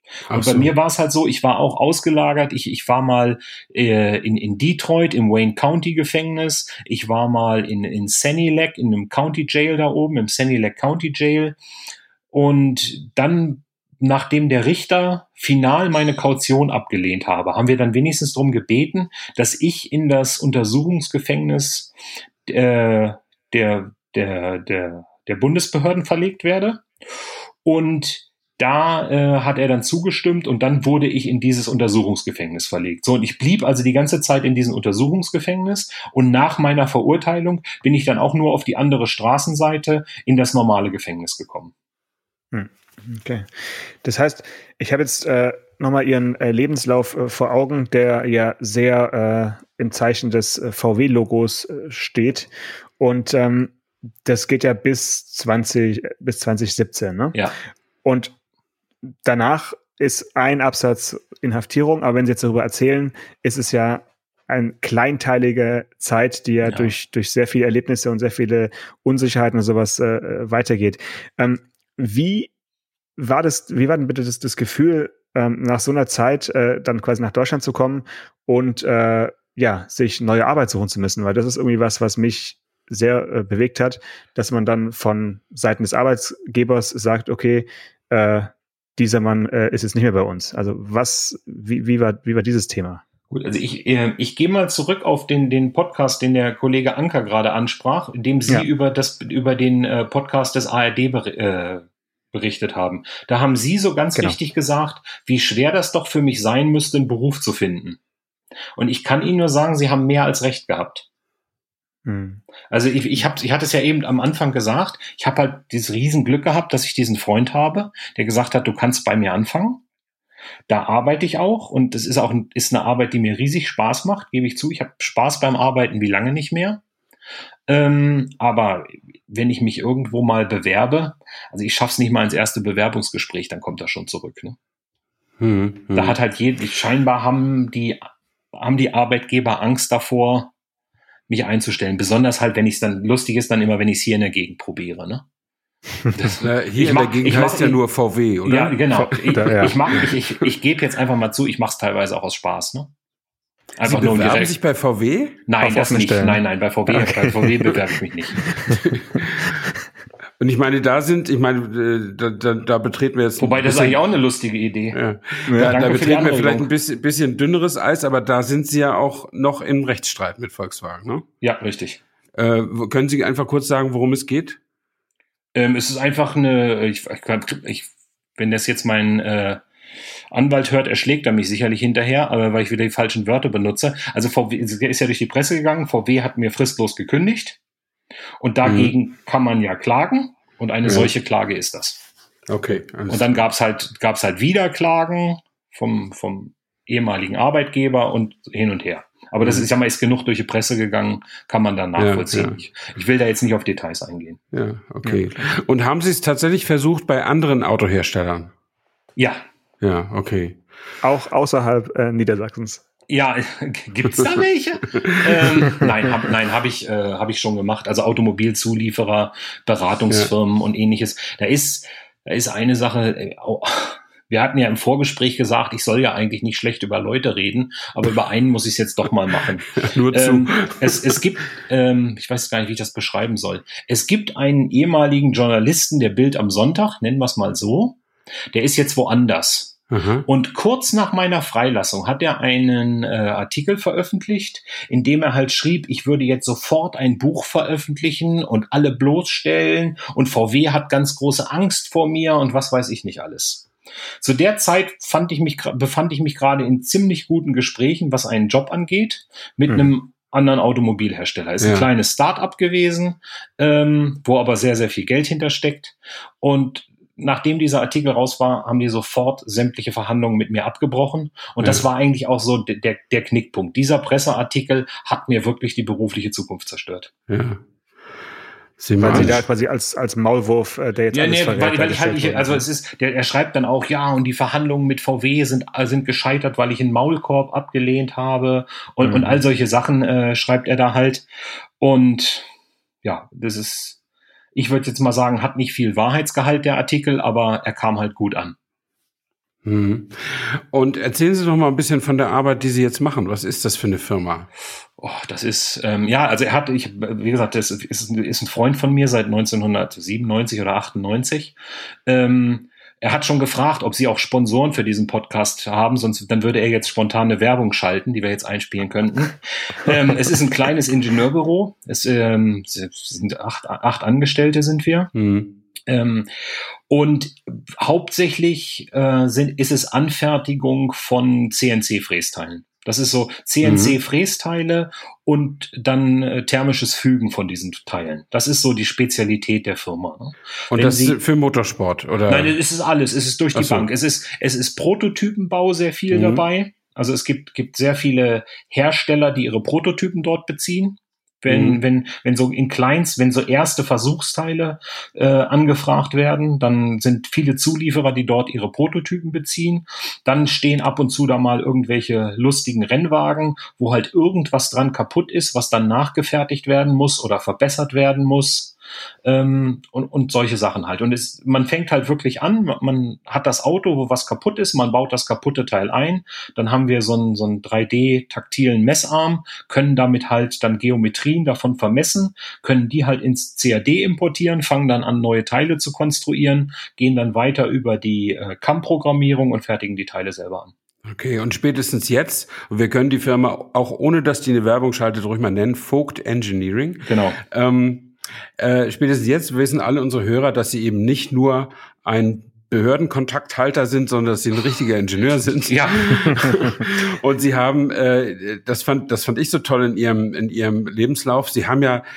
Und bei so. mir war es halt so, ich war auch ausgelagert. Ich, ich war mal äh, in, in Detroit im Wayne County Gefängnis. Ich war mal in, in Sanilac, in einem County Jail da oben, im Sanilac County Jail. Und dann, nachdem der Richter final meine Kaution abgelehnt habe, haben wir dann wenigstens darum gebeten, dass ich in das Untersuchungsgefängnis äh, der, der, der, der Bundesbehörden verlegt werde. Und da äh, hat er dann zugestimmt und dann wurde ich in dieses Untersuchungsgefängnis verlegt. So, und ich blieb also die ganze Zeit in diesem Untersuchungsgefängnis und nach meiner Verurteilung bin ich dann auch nur auf die andere Straßenseite in das normale Gefängnis gekommen. Hm. Okay. Das heißt, ich habe jetzt äh, nochmal Ihren äh, Lebenslauf äh, vor Augen, der ja sehr äh, im Zeichen des äh, V W-Logos äh, steht. Und ähm, das geht ja bis zwanzig, bis zwanzig siebzehn, ne? Ja. Und danach ist ein Absatz Inhaftierung, aber wenn Sie jetzt darüber erzählen, ist es ja eine kleinteilige Zeit, die ja, ja. durch durch sehr viele Erlebnisse und sehr viele Unsicherheiten und sowas äh, weitergeht. Ähm, wie war das? Wie war denn bitte das, das Gefühl, ähm, nach so einer Zeit äh, dann quasi nach Deutschland zu kommen und äh, ja sich neue Arbeit suchen zu müssen? Weil das ist irgendwie was, was mich sehr äh, bewegt hat, dass man dann von Seiten des Arbeitgebers sagt, okay, äh, dieser Mann äh, ist jetzt nicht mehr bei uns. Also was, wie, wie war, wie war dieses Thema? Gut, also ich, äh, ich gehe mal zurück auf den, den Podcast, den der Kollege Anker gerade ansprach, in dem Sie ja. über das, über den äh, Podcast des A R D ber- äh, berichtet haben. Da haben Sie so ganz genau. richtig gesagt, wie schwer das doch für mich sein müsste, einen Beruf zu finden. Und ich kann Ihnen nur sagen, Sie haben mehr als recht gehabt. Also ich, ich, hab, ich hatte es ja eben am Anfang gesagt, ich habe halt dieses Riesenglück gehabt, dass ich diesen Freund habe, der gesagt hat, du kannst bei mir anfangen. Da arbeite ich auch und das ist auch ist eine Arbeit, die mir riesig Spaß macht, gebe ich zu. Ich habe Spaß beim Arbeiten wie lange nicht mehr. Ähm, aber wenn ich mich irgendwo mal bewerbe, also ich schaff's nicht mal ins erste Bewerbungsgespräch, dann kommt das schon zurück. Ne? Hm, hm. Da hat halt jeder, scheinbar haben die, haben die Arbeitgeber Angst davor, mich einzustellen. Besonders halt, wenn es dann lustig ist, dann immer, wenn ich es hier in der Gegend probiere, ne? Das, Na, hier ich in mach, der Gegend heißt mach, ja nur V W, oder? Ja, genau. Ich, ja. ich, mach, ich, ich, ich gebe jetzt einfach mal zu, ich mache es teilweise auch aus Spaß, ne? Einfach Sie nur bewerben um sich bei V W? Nein, das nicht. Stellen. Nein, nein, bei V W, okay. bei V W bewerbe ich mich nicht. Und ich meine, da sind, ich meine, da, da, da betreten wir jetzt... Wobei, das ist eigentlich auch eine lustige Idee. Ja. Ja, da, da betreten wir vielleicht ein bisschen, bisschen dünneres Eis, aber da sind Sie ja auch noch im Rechtsstreit mit Volkswagen, ne? Ja, richtig. Äh, können Sie einfach kurz sagen, worum es geht? Ähm, es ist einfach eine, ich, ich, wenn das jetzt mein äh, Anwalt hört, erschlägt er mich sicherlich hinterher, aber weil ich wieder die falschen Wörter benutze. Also V W ist ja durch die Presse gegangen, V W hat mir fristlos gekündigt. Und dagegen mhm. kann man ja klagen und eine ja. solche Klage ist das. Okay. Und dann gab's halt, gab's halt wieder Klagen vom, vom ehemaligen Arbeitgeber und hin und her. Aber das ist, ich sag mal, ist genug durch die Presse gegangen, kann man dann nachvollziehen. Ja, ja. Ich, ich will da jetzt nicht auf Details eingehen. Ja, okay. Ja. Und haben Sie es tatsächlich versucht bei anderen Autoherstellern? Ja. Ja, okay. Auch außerhalb äh, Niedersachsens? Ja, gibt's da welche? ähm, nein, habe nein, hab ich, äh, hab ich schon gemacht. Also Automobilzulieferer, Beratungsfirmen ja. und ähnliches. Da ist, da ist eine Sache, äh, oh, wir hatten ja im Vorgespräch gesagt, ich soll ja eigentlich nicht schlecht über Leute reden, aber über einen muss ich es jetzt doch mal machen. Nur zu. Ähm, es, es gibt, ähm, ich weiß gar nicht, wie ich das beschreiben soll. Es gibt einen ehemaligen Journalisten der Bild am Sonntag, nennen wir es mal so, der ist jetzt woanders. Aha. Und kurz nach meiner Freilassung hat er einen äh, Artikel veröffentlicht, in dem er halt schrieb, ich würde jetzt sofort ein Buch veröffentlichen und alle bloßstellen und V W hat ganz große Angst vor mir und was weiß ich nicht alles. Zu der Zeit fand ich mich, befand ich mich gerade in ziemlich guten Gesprächen, was einen Job angeht, mit hm. einem anderen Automobilhersteller. Ist ja. ein kleines Start-up gewesen, ähm, wo aber sehr, sehr viel Geld hintersteckt. Und nachdem dieser Artikel raus war, haben die sofort sämtliche Verhandlungen mit mir abgebrochen. Und ja. das war eigentlich auch so der, der Knickpunkt. Dieser Presseartikel hat mir wirklich die berufliche Zukunft zerstört. Ja. Sie weil Sie da quasi als, als Maulwurf, äh, der jetzt ja, alles nee, verrät, weil, weil ich halt, ich, also es ist, der, er schreibt dann auch, ja, und die Verhandlungen mit V W sind, sind gescheitert, weil ich einen Maulkorb abgelehnt habe und, mhm. und all solche Sachen äh, schreibt er da halt. Und ja, das ist, ich würde jetzt mal sagen, hat nicht viel Wahrheitsgehalt, der Artikel, aber er kam halt gut an. Hm. Und erzählen Sie doch mal ein bisschen von der Arbeit, die Sie jetzt machen. Was ist das für eine Firma? Oh, das ist, ähm, ja, also er hat, ich, wie gesagt, das ist, ist ein Freund von mir seit neunzehnhundertsiebenundneunzig oder achtundneunzig. Ähm, er hat schon gefragt, ob Sie auch Sponsoren für diesen Podcast haben, sonst dann würde er jetzt spontan eine Werbung schalten, die wir jetzt einspielen könnten. ähm, es ist ein kleines Ingenieurbüro. Es ähm, sind acht, acht Angestellte sind wir. Hm. Ähm, und hauptsächlich äh, sind, ist es Anfertigung von C N C-Frästeilen. Das ist so C N C-Frästeile und dann äh, thermisches Fügen von diesen Teilen. Das ist so die Spezialität der Firma. Ne? Und Wenn das Sie, ist für Motorsport, oder? Nein, es ist alles. Es ist durch die Ach so. Bank. Es ist, es ist Prototypenbau sehr viel Mhm. dabei. Also es gibt, gibt sehr viele Hersteller, die ihre Prototypen dort beziehen. Wenn, Mhm. wenn, wenn so in Kleins, wenn so erste Versuchsteile äh, angefragt werden, dann sind viele Zulieferer, die dort ihre Prototypen beziehen. Dann stehen ab und zu da mal irgendwelche lustigen Rennwagen, wo halt irgendwas dran kaputt ist, was dann nachgefertigt werden muss oder verbessert werden muss. Ähm, und, und solche Sachen halt. Und es, man fängt halt wirklich an, man, man hat das Auto, wo was kaputt ist, man baut das kaputte Teil ein, dann haben wir so einen, so einen drei D-taktilen Messarm, können damit halt dann Geometrien davon vermessen, können die halt ins C A D importieren, fangen dann an, neue Teile zu konstruieren, gehen dann weiter über die äh, C A M-Programmierung und fertigen die Teile selber an. Okay, und spätestens jetzt, und wir können die Firma, auch ohne dass die eine Werbung schaltet, ruhig mal nennen, Vogt Engineering. Genau. Ähm, Äh, spätestens jetzt wissen alle unsere Hörer, dass sie eben nicht nur ein Behördenkontakthalter sind, sondern dass sie ein richtiger Ingenieur sind. Ja. Und sie haben, äh, das fand, das fand ich so toll in ihrem, in ihrem Lebenslauf. Sie haben ja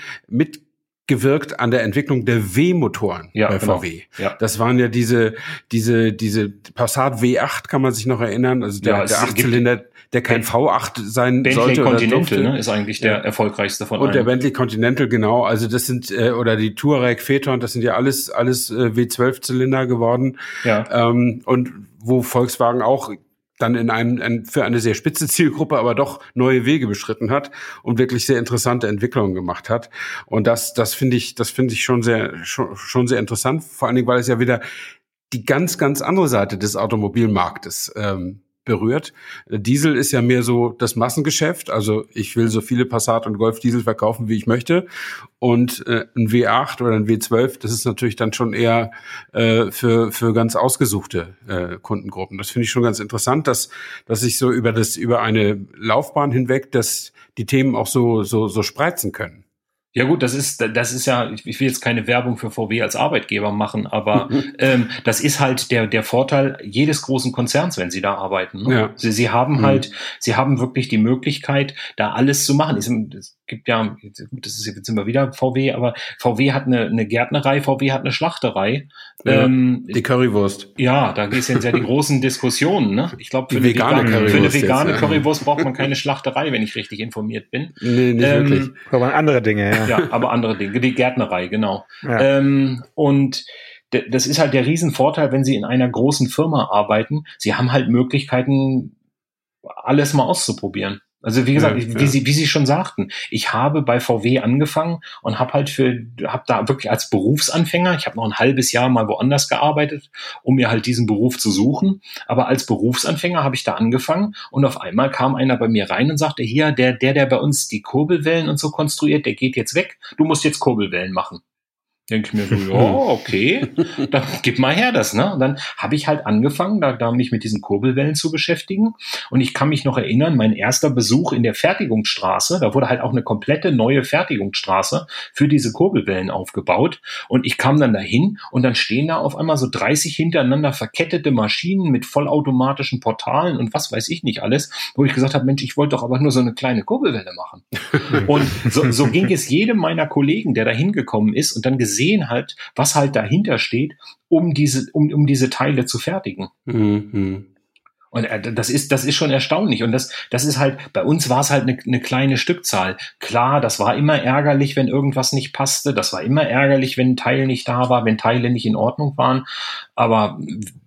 mitgewirkt an der Entwicklung der W-Motoren Ja, bei genau. V W. Ja. Das waren ja diese, diese, diese Passat W acht, kann man sich noch erinnern. Also der, Ja, es der gibt- Achtzylinder, der kein V acht sein Bentley sollte oder Continental, durfte. ne, ist eigentlich der Ja. erfolgreichste von Und allen. der Bentley Continental, genau. Also das sind, äh, oder die Touareg Phaeton, das sind ja alles, alles äh, W zwölf Zylinder geworden. Ja. Ähm, und wo Volkswagen auch dann in einem, ein, für eine sehr spitze Zielgruppe, aber doch neue Wege beschritten hat und wirklich sehr interessante Entwicklungen gemacht hat. Und das, das finde ich, das finde ich schon sehr, schon, schon sehr interessant. Vor allen Dingen, weil es ja wieder die ganz, ganz andere Seite des Automobilmarktes ähm, berührt. Diesel ist ja mehr so das Massengeschäft. Also ich will so viele Passat und Golf Diesel verkaufen, wie ich möchte. Und äh, ein W acht oder ein W zwölf, das ist natürlich dann schon eher äh, für für ganz ausgesuchte äh, Kundengruppen. Das finde ich schon ganz interessant, dass dass sich so über das über eine Laufbahn hinweg, dass die Themen auch so so so spreizen können. Ja gut, das ist das ist ja, ich will jetzt keine Werbung für V W als Arbeitgeber machen, aber ähm, das ist halt der der Vorteil jedes großen Konzerns, wenn sie da arbeiten. Ne? Ja. Sie, sie haben Mhm. halt, sie haben wirklich die Möglichkeit, da alles zu machen. Es gibt ja, gut, das ist jetzt sind wir wieder V W, aber V W hat eine, eine Gärtnerei, V W hat eine Schlachterei. Ja, ähm, die Currywurst. Ja, da geht es jetzt ja die großen Diskussionen. Ne? Ich glaube, für, Die eine vegane vegane- für eine Currywurst vegane jetzt, ja. Currywurst braucht man keine Schlachterei, wenn ich richtig informiert bin. Nee, nicht Ähm, wirklich. Aber andere Dinge, ja. Ja, aber andere Dinge, die Gärtnerei, genau. Ja. Ähm, und d- das ist halt der Riesenvorteil, wenn Sie in einer großen Firma arbeiten. Sie haben halt Möglichkeiten, alles mal auszuprobieren. Also wie gesagt, Ja, ich- ja. wie Sie wie Sie schon sagten, ich habe bei V W angefangen und habe halt für habe da wirklich als Berufsanfänger, ich habe noch ein halbes Jahr mal woanders gearbeitet, um mir halt diesen Beruf zu suchen, aber als Berufsanfänger habe ich da angefangen und auf einmal kam einer bei mir rein und sagte, hier, der der der bei uns die Kurbelwellen und so konstruiert, der geht jetzt weg, du musst jetzt Kurbelwellen machen. Denke ich mir so, ja, okay, dann gib mal her das, ne? Und dann habe ich halt angefangen, da, da mich mit diesen Kurbelwellen zu beschäftigen. Und ich kann mich noch erinnern, mein erster Besuch in der Fertigungsstraße, da wurde halt auch eine komplette neue Fertigungsstraße für diese Kurbelwellen aufgebaut. Und ich kam dann dahin und dann stehen da auf einmal so dreißig hintereinander verkettete Maschinen mit vollautomatischen Portalen und was weiß ich nicht alles, wo ich gesagt habe, Mensch, ich wollte doch aber nur so eine kleine Kurbelwelle machen. Und so, so ging es jedem meiner Kollegen, der da hingekommen ist und dann gesehen hat, was halt dahinter steht, um diese, um, um diese Teile zu fertigen. Mhm. Und äh, das ist, das ist schon erstaunlich. Und das, das ist halt, bei uns war es halt eine, eine kleine Stückzahl. Klar, das war immer ärgerlich, wenn irgendwas nicht passte. Das war immer ärgerlich, wenn ein Teil nicht da war, wenn Teile nicht in Ordnung waren. Aber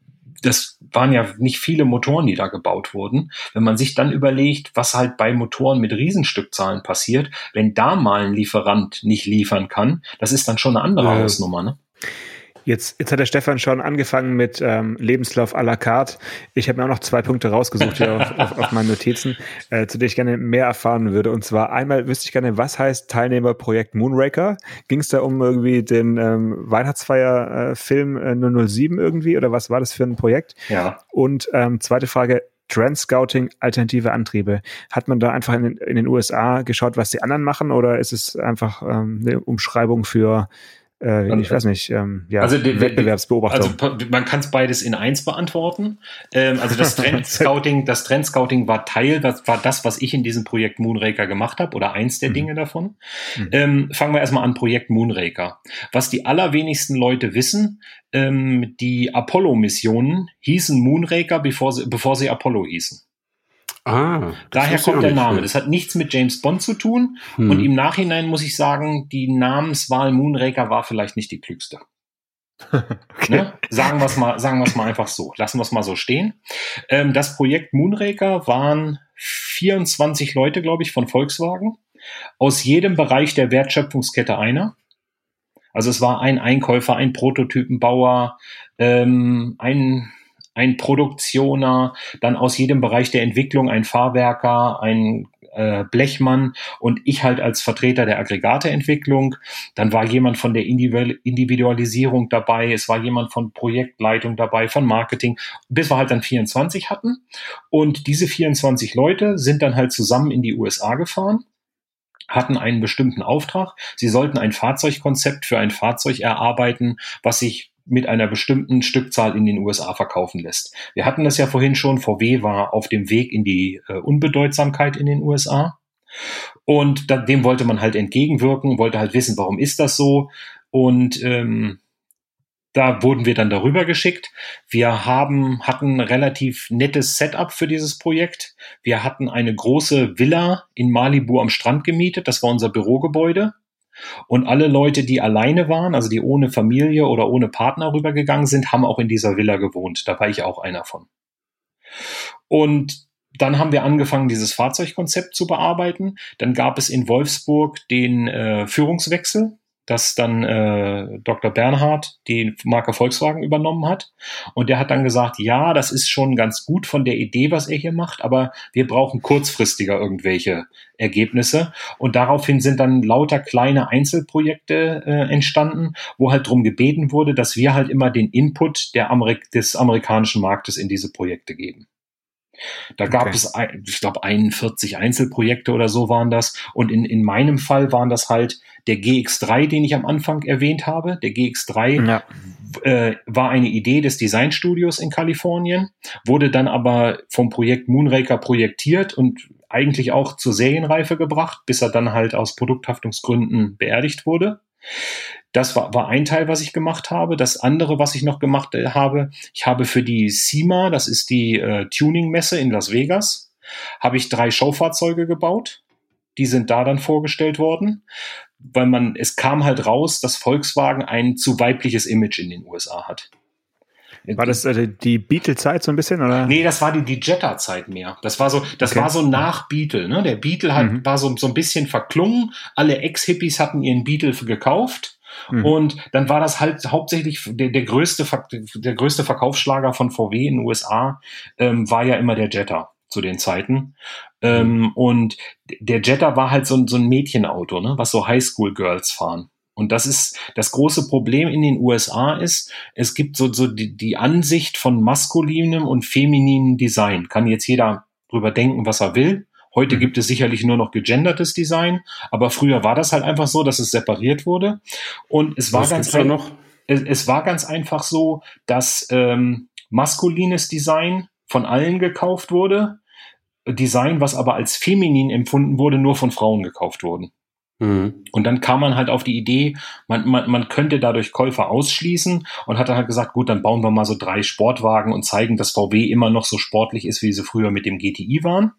das waren ja nicht viele Motoren, die da gebaut wurden. Wenn man sich dann überlegt, was halt bei Motoren mit Riesenstückzahlen passiert, wenn da mal ein Lieferant nicht liefern kann, das ist dann schon eine andere Ja. Hausnummer, ne? Jetzt, jetzt hat der Stefan schon angefangen mit ähm, Lebenslauf à la carte. Ich habe mir auch noch zwei Punkte rausgesucht hier auf, auf, auf meinen Notizen, äh, zu denen ich gerne mehr erfahren würde. Und zwar einmal wüsste ich gerne, was heißt Teilnehmerprojekt Moonraker? Ging es da um irgendwie den ähm, Weihnachtsfeier-Film äh, null null sieben irgendwie oder was war das für ein Projekt? Ja. Und ähm, zweite Frage, Trend-Scouting, alternative Antriebe. Hat man da einfach in den, in den U S A geschaut, was die anderen machen oder ist es einfach ähm, eine Umschreibung für Äh, ich weiß nicht, ähm, ja, also die, Wettbewerbsbeobachtung. Also man kann es beides in eins beantworten. Ähm, also das Trend-Scouting, das Trend-Scouting war Teil, das war das, was ich in diesem Projekt Moonraker gemacht habe oder eins der mhm. Dinge davon. Mhm. Ähm, fangen wir erstmal an, Projekt Moonraker. Was die allerwenigsten Leute wissen, ähm, die Apollo-Missionen hießen Moonraker, bevor sie, bevor sie Apollo hießen. Ah, daher kommt der Name. Das hat nichts mit James Bond zu tun. Hm. Und im Nachhinein muss ich sagen, die Namenswahl Moonraker war vielleicht nicht die klügste. Okay. Ne? Sagen wir es mal, sagen wir es mal einfach so. Lassen wir es mal so stehen. Ähm, das Projekt Moonraker waren vierundzwanzig Leute, glaube ich, von Volkswagen. Aus jedem Bereich der Wertschöpfungskette einer. Also es war ein Einkäufer, ein Prototypenbauer, ähm, ein ein Produktioner, dann aus jedem Bereich der Entwicklung ein Fahrwerker, ein äh, Blechmann und ich halt als Vertreter der Aggregateentwicklung. Dann war jemand von der Individualisierung dabei, es war jemand von Projektleitung dabei, von Marketing, bis wir halt dann vierundzwanzig hatten. Und diese vierundzwanzig Leute sind dann halt zusammen in die U S A gefahren, hatten einen bestimmten Auftrag. Sie sollten ein Fahrzeugkonzept für ein Fahrzeug erarbeiten, was sich mit einer bestimmten Stückzahl in den U S A verkaufen lässt. Wir hatten das ja vorhin schon, V W war auf dem Weg in die äh, Unbedeutsamkeit in den U S A und da, dem wollte man halt entgegenwirken, wollte halt wissen, warum ist das so und ähm, da wurden wir dann darüber geschickt. Wir haben, hatten ein relativ nettes Setup für dieses Projekt. Wir hatten eine große Villa in Malibu am Strand gemietet, das war unser Bürogebäude. Und alle Leute, die alleine waren, also die ohne Familie oder ohne Partner rübergegangen sind, haben auch in dieser Villa gewohnt. Da war ich auch einer von. Und dann haben wir angefangen, dieses Fahrzeugkonzept zu bearbeiten. Dann gab es in Wolfsburg den äh, Führungswechsel, dass dann äh, Doktor Bernhard die Marke Volkswagen übernommen hat. Und der hat dann gesagt, ja, das ist schon ganz gut von der Idee, was er hier macht, aber wir brauchen kurzfristiger irgendwelche Ergebnisse. Und daraufhin sind dann lauter kleine Einzelprojekte äh, entstanden, wo halt drum gebeten wurde, dass wir halt immer den Input der Amerik- des amerikanischen Marktes in diese Projekte geben. Da gab okay. es, ich glaube, einundvierzig Einzelprojekte oder so waren das. Und in, in meinem Fall waren das halt der G X drei, den ich am Anfang erwähnt habe. Der G X drei ja. äh, war eine Idee des Designstudios in Kalifornien, wurde dann aber vom Projekt Moonraker projektiert und eigentlich auch zur Serienreife gebracht, bis er dann halt aus Produkthaftungsgründen beerdigt wurde. Das war, war ein Teil, was ich gemacht habe. Das andere, was ich noch gemacht äh, habe, ich habe für die SEMA, das ist die äh, Tuning-Messe in Las Vegas, habe ich drei Showfahrzeuge gebaut. Die sind da dann vorgestellt worden, weil man, es kam halt raus, dass Volkswagen ein zu weibliches Image in den U S A hat. War das äh, die Beetle-Zeit so ein bisschen, oder? Nee, das war die, die Jetta-Zeit mehr. Das war so, das okay. war so nach Beetle, ne? Der Beetle hat, mhm. war so, so ein bisschen verklungen. Alle Ex-Hippies hatten ihren Beetle gekauft. Mhm. Und dann war das halt hauptsächlich der, der größte, der größte Verkaufsschlager von V W in den U S A, ähm, war ja immer der Jetta zu den Zeiten. Mhm. Ähm, und der Jetta war halt so, so ein Mädchenauto, ne? Was so Highschool-Girls fahren. Und das ist das große Problem in den U S A ist, es gibt so, so die, die Ansicht von maskulinem und femininem Design. Kann jetzt jeder drüber denken, was er will. Heute mhm. gibt es sicherlich nur noch gegendertes Design, aber früher war das halt einfach so, dass es separiert wurde. Und es war, ganz ein, noch? Es, es war ganz einfach so, dass ähm, maskulines Design von allen gekauft wurde, Design, was aber als feminin empfunden wurde, nur von Frauen gekauft wurden. Und dann kam man halt auf die Idee, man, man, man könnte dadurch Käufer ausschließen und hat dann halt gesagt, gut, dann bauen wir mal so drei Sportwagen und zeigen, dass V W immer noch so sportlich ist, wie sie früher mit dem G T I waren.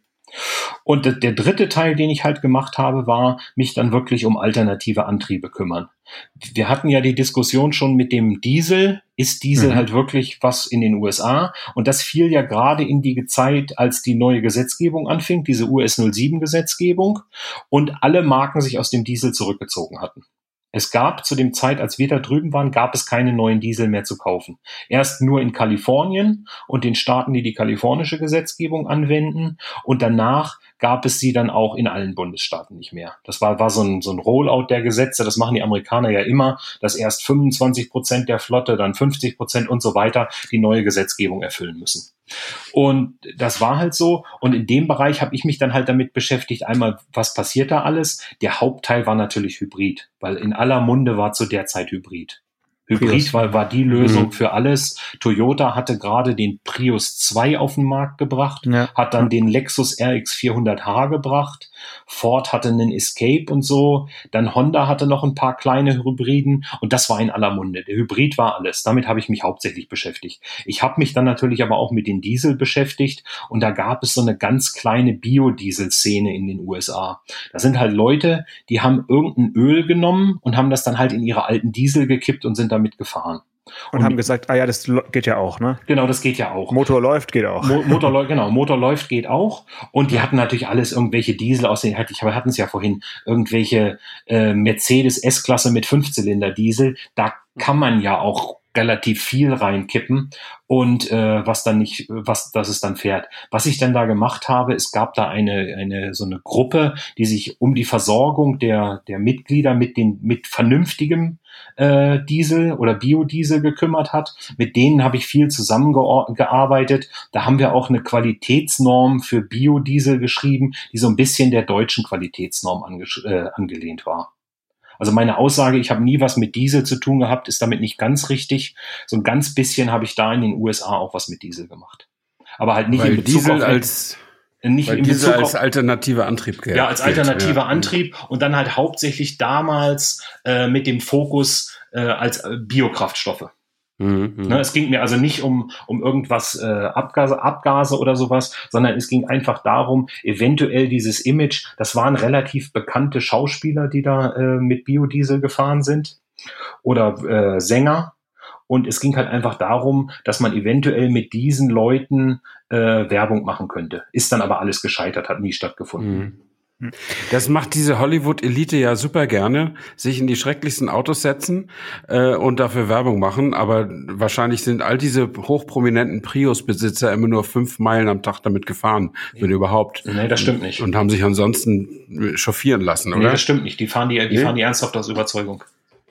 Und der, der dritte Teil, den ich halt gemacht habe, war, mich dann wirklich um alternative Antriebe kümmern. Wir hatten ja die Diskussion schon mit dem Diesel. Ist Diesel mhm. halt wirklich was in den U S A? Und das fiel ja gerade in die Zeit, als die neue Gesetzgebung anfing, diese U S null sieben Gesetzgebung, und alle Marken sich aus dem Diesel zurückgezogen hatten. Es gab zu dem Zeit, als wir da drüben waren, gab es keine neuen Diesel mehr zu kaufen. Erst nur in Kalifornien und den Staaten, die die kalifornische Gesetzgebung anwenden. Und danach gab es sie dann auch in allen Bundesstaaten nicht mehr. Das war, war so ein, so ein Rollout der Gesetze. Das machen die Amerikaner ja immer, dass erst fünfundzwanzig Prozent der Flotte, dann fünfzig Prozent und so weiter die neue Gesetzgebung erfüllen müssen. Und das war halt so. Und in dem Bereich habe ich mich dann halt damit beschäftigt, einmal, was passiert da alles? Der Hauptteil war natürlich Hybrid, weil in aller Munde war zu der Zeit Hybrid. Hybrid war, war die Lösung mhm. für alles. Toyota hatte gerade den Prius zwei auf den Markt gebracht, ja. hat dann den Lexus R X vierhundert H gebracht. Ford hatte einen Escape und so. Dann Honda hatte noch ein paar kleine Hybriden und das war in aller Munde. Der Hybrid war alles. Damit habe ich mich hauptsächlich beschäftigt. Ich habe mich dann natürlich aber auch mit den Diesel beschäftigt und da gab es so eine ganz kleine Biodiesel-Szene in den U S A. Das sind halt Leute, die haben irgendein Öl genommen und haben das dann halt in ihre alten Diesel gekippt und sind damit gefahren. Und, und haben gesagt, ah ja, das geht ja auch, ne? Genau, das geht ja auch. Motor läuft, geht auch. Mo- Motor läuft, genau, Motor läuft, geht auch. Und die hatten natürlich alles irgendwelche Diesel aus den, ich hatten es ja vorhin, irgendwelche äh, Mercedes S-Klasse mit Fünfzylinder-Diesel. Da kann man ja auch relativ viel reinkippen und äh, was dann nicht, was, dass es dann fährt. Was ich dann da gemacht habe, es gab da eine, eine, so eine Gruppe, die sich um die Versorgung der, der Mitglieder mit den, mit vernünftigem äh, Diesel oder Biodiesel gekümmert hat. Mit denen habe ich viel zusammengearbeitet. Da haben wir auch eine Qualitätsnorm für Biodiesel geschrieben, die so ein bisschen der deutschen Qualitätsnorm ange, äh, angelehnt war. Also meine Aussage, ich habe nie was mit Diesel zu tun gehabt, ist damit nicht ganz richtig. So ein ganz bisschen habe ich da in den U S A auch was mit Diesel gemacht. Aber halt nicht weil in Bezug Diesel auf... Als, nicht weil in Diesel Bezug als auf, alternativer Antrieb gilt. Ja, als alternativer ja. Antrieb und dann halt hauptsächlich damals äh, mit dem Fokus äh, als äh, Biokraftstoffe. Mhm, ne, es ging mir also nicht um, um irgendwas, äh, Abgase, Abgase oder sowas, sondern es ging einfach darum, eventuell dieses Image, das waren relativ bekannte Schauspieler, die da äh, mit Biodiesel gefahren sind oder äh, Sänger. Und es ging halt einfach darum, dass man eventuell mit diesen Leuten äh, Werbung machen könnte. Ist dann aber alles gescheitert, hat nie stattgefunden. Mhm. Das macht diese Hollywood-Elite ja super gerne, sich in die schrecklichsten Autos setzen äh, und dafür Werbung machen, aber wahrscheinlich sind all diese hochprominenten Prius-Besitzer immer nur fünf Meilen am Tag damit gefahren, wenn überhaupt. Nee, das stimmt nicht. Und haben sich ansonsten chauffieren lassen, oder? Nee, das stimmt nicht. Die fahren die, die, nee? fahren die ernsthaft aus Überzeugung.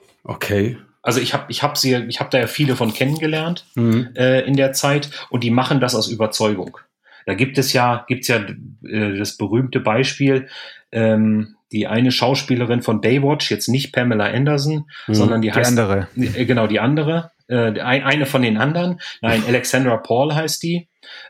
Okay. Also ich habe ich hab sie, ich habe da ja viele von kennengelernt mhm. äh, in der Zeit und die machen das aus Überzeugung. Da gibt es ja, gibt's ja äh, das berühmte Beispiel, ähm, die eine Schauspielerin von Baywatch, jetzt nicht Pamela Anderson, mhm, sondern die, die heißt... andere. Äh, genau, die andere, äh, eine von den anderen. Nein, Alexandra Paul heißt die.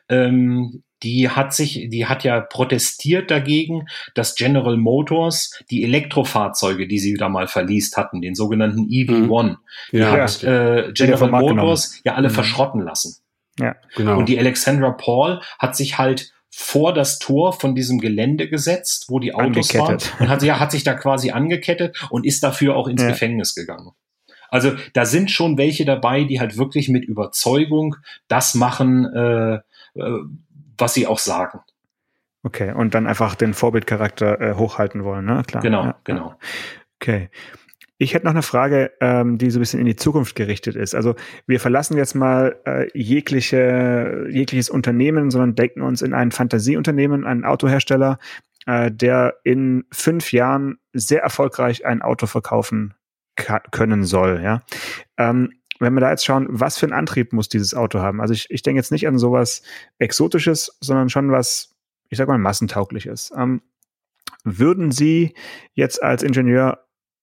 Ähm, die hat sich, die hat ja protestiert dagegen, dass General Motors die Elektrofahrzeuge, die sie da mal verliest hatten, den sogenannten E V eins, die ja, hat äh, General Motors genommen. ja alle mhm. verschrotten lassen. Ja, genau. Und die Alexandra Paul hat sich halt vor das Tor von diesem Gelände gesetzt, wo die Autos waren, und hat, ja, hat sich da quasi angekettet und ist dafür auch ins ja. Gefängnis gegangen. Also da sind schon welche dabei, die halt wirklich mit Überzeugung das machen, äh, äh, was sie auch sagen. Okay, und dann einfach den Vorbildcharakter äh, hochhalten wollen, ne? Klar. Genau, ja, genau. Okay. Ich hätte noch eine Frage, ähm, die so ein bisschen in die Zukunft gerichtet ist. Also wir verlassen jetzt mal äh, jegliche, jegliches Unternehmen, sondern denken uns in ein Fantasieunternehmen, einen Autohersteller, äh, der in fünf Jahren sehr erfolgreich ein Auto verkaufen ka- können soll. Ja, ähm, wenn wir da jetzt schauen, was für einen Antrieb muss dieses Auto haben? Also ich, ich denke jetzt nicht an sowas Exotisches, sondern schon was, ich sag mal, massentaugliches. Ähm, würden Sie jetzt als Ingenieur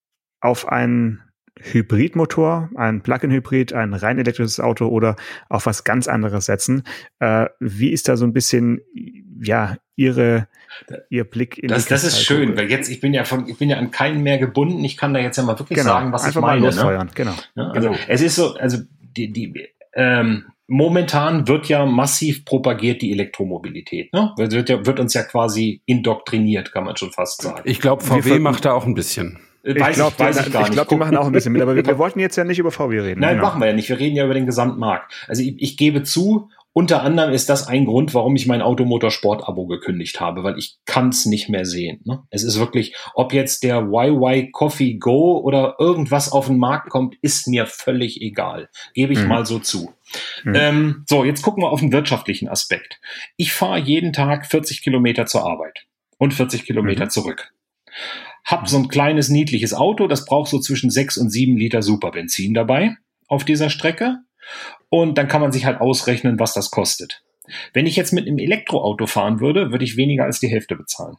auf einen Hybridmotor, einen Plug-in-Hybrid, ein rein elektrisches Auto oder auf was ganz anderes setzen? Äh, wie ist da so ein bisschen, ja, Ihre, Ihr Blick in das, die Das ist schön, weil jetzt, ich bin ja von, ich bin ja an keinen mehr gebunden. Ich kann da jetzt ja mal wirklich genau, sagen, was ich meine. Einfach mal losfeuern, ne? genau. Ja, also, genau. Es ist so, also, die, die, ähm, momentan wird ja massiv propagiert die Elektromobilität. Ne? Wird, ja, wird uns ja quasi indoktriniert, kann man schon fast sagen. Ich glaube, V W macht da auch ein bisschen. Ich glaube, ich, ich glaub, die machen auch ein bisschen mit, aber wir, wir wollten jetzt ja nicht über V W reden. Nein, genau. machen wir ja nicht. Wir reden ja über den Gesamtmarkt. Also ich, ich gebe zu, Unter anderem ist das ein Grund, warum ich mein Automotorsport-Abo gekündigt habe, weil ich kann es nicht mehr sehen. Ne? Es ist wirklich, ob jetzt der Y Y Coffee Go oder irgendwas auf den Markt kommt, ist mir völlig egal. Gebe ich mhm. mal so zu. Mhm. Ähm, so, jetzt gucken wir auf den wirtschaftlichen Aspekt. Ich fahre jeden Tag vierzig Kilometer zur Arbeit und vierzig Kilometer mhm. zurück. Hab so ein kleines, niedliches Auto, das braucht so zwischen sechs und sieben Liter Superbenzin dabei auf dieser Strecke. Und dann kann man sich halt ausrechnen, was das kostet. Wenn ich jetzt mit einem Elektroauto fahren würde, würde ich weniger als die Hälfte bezahlen.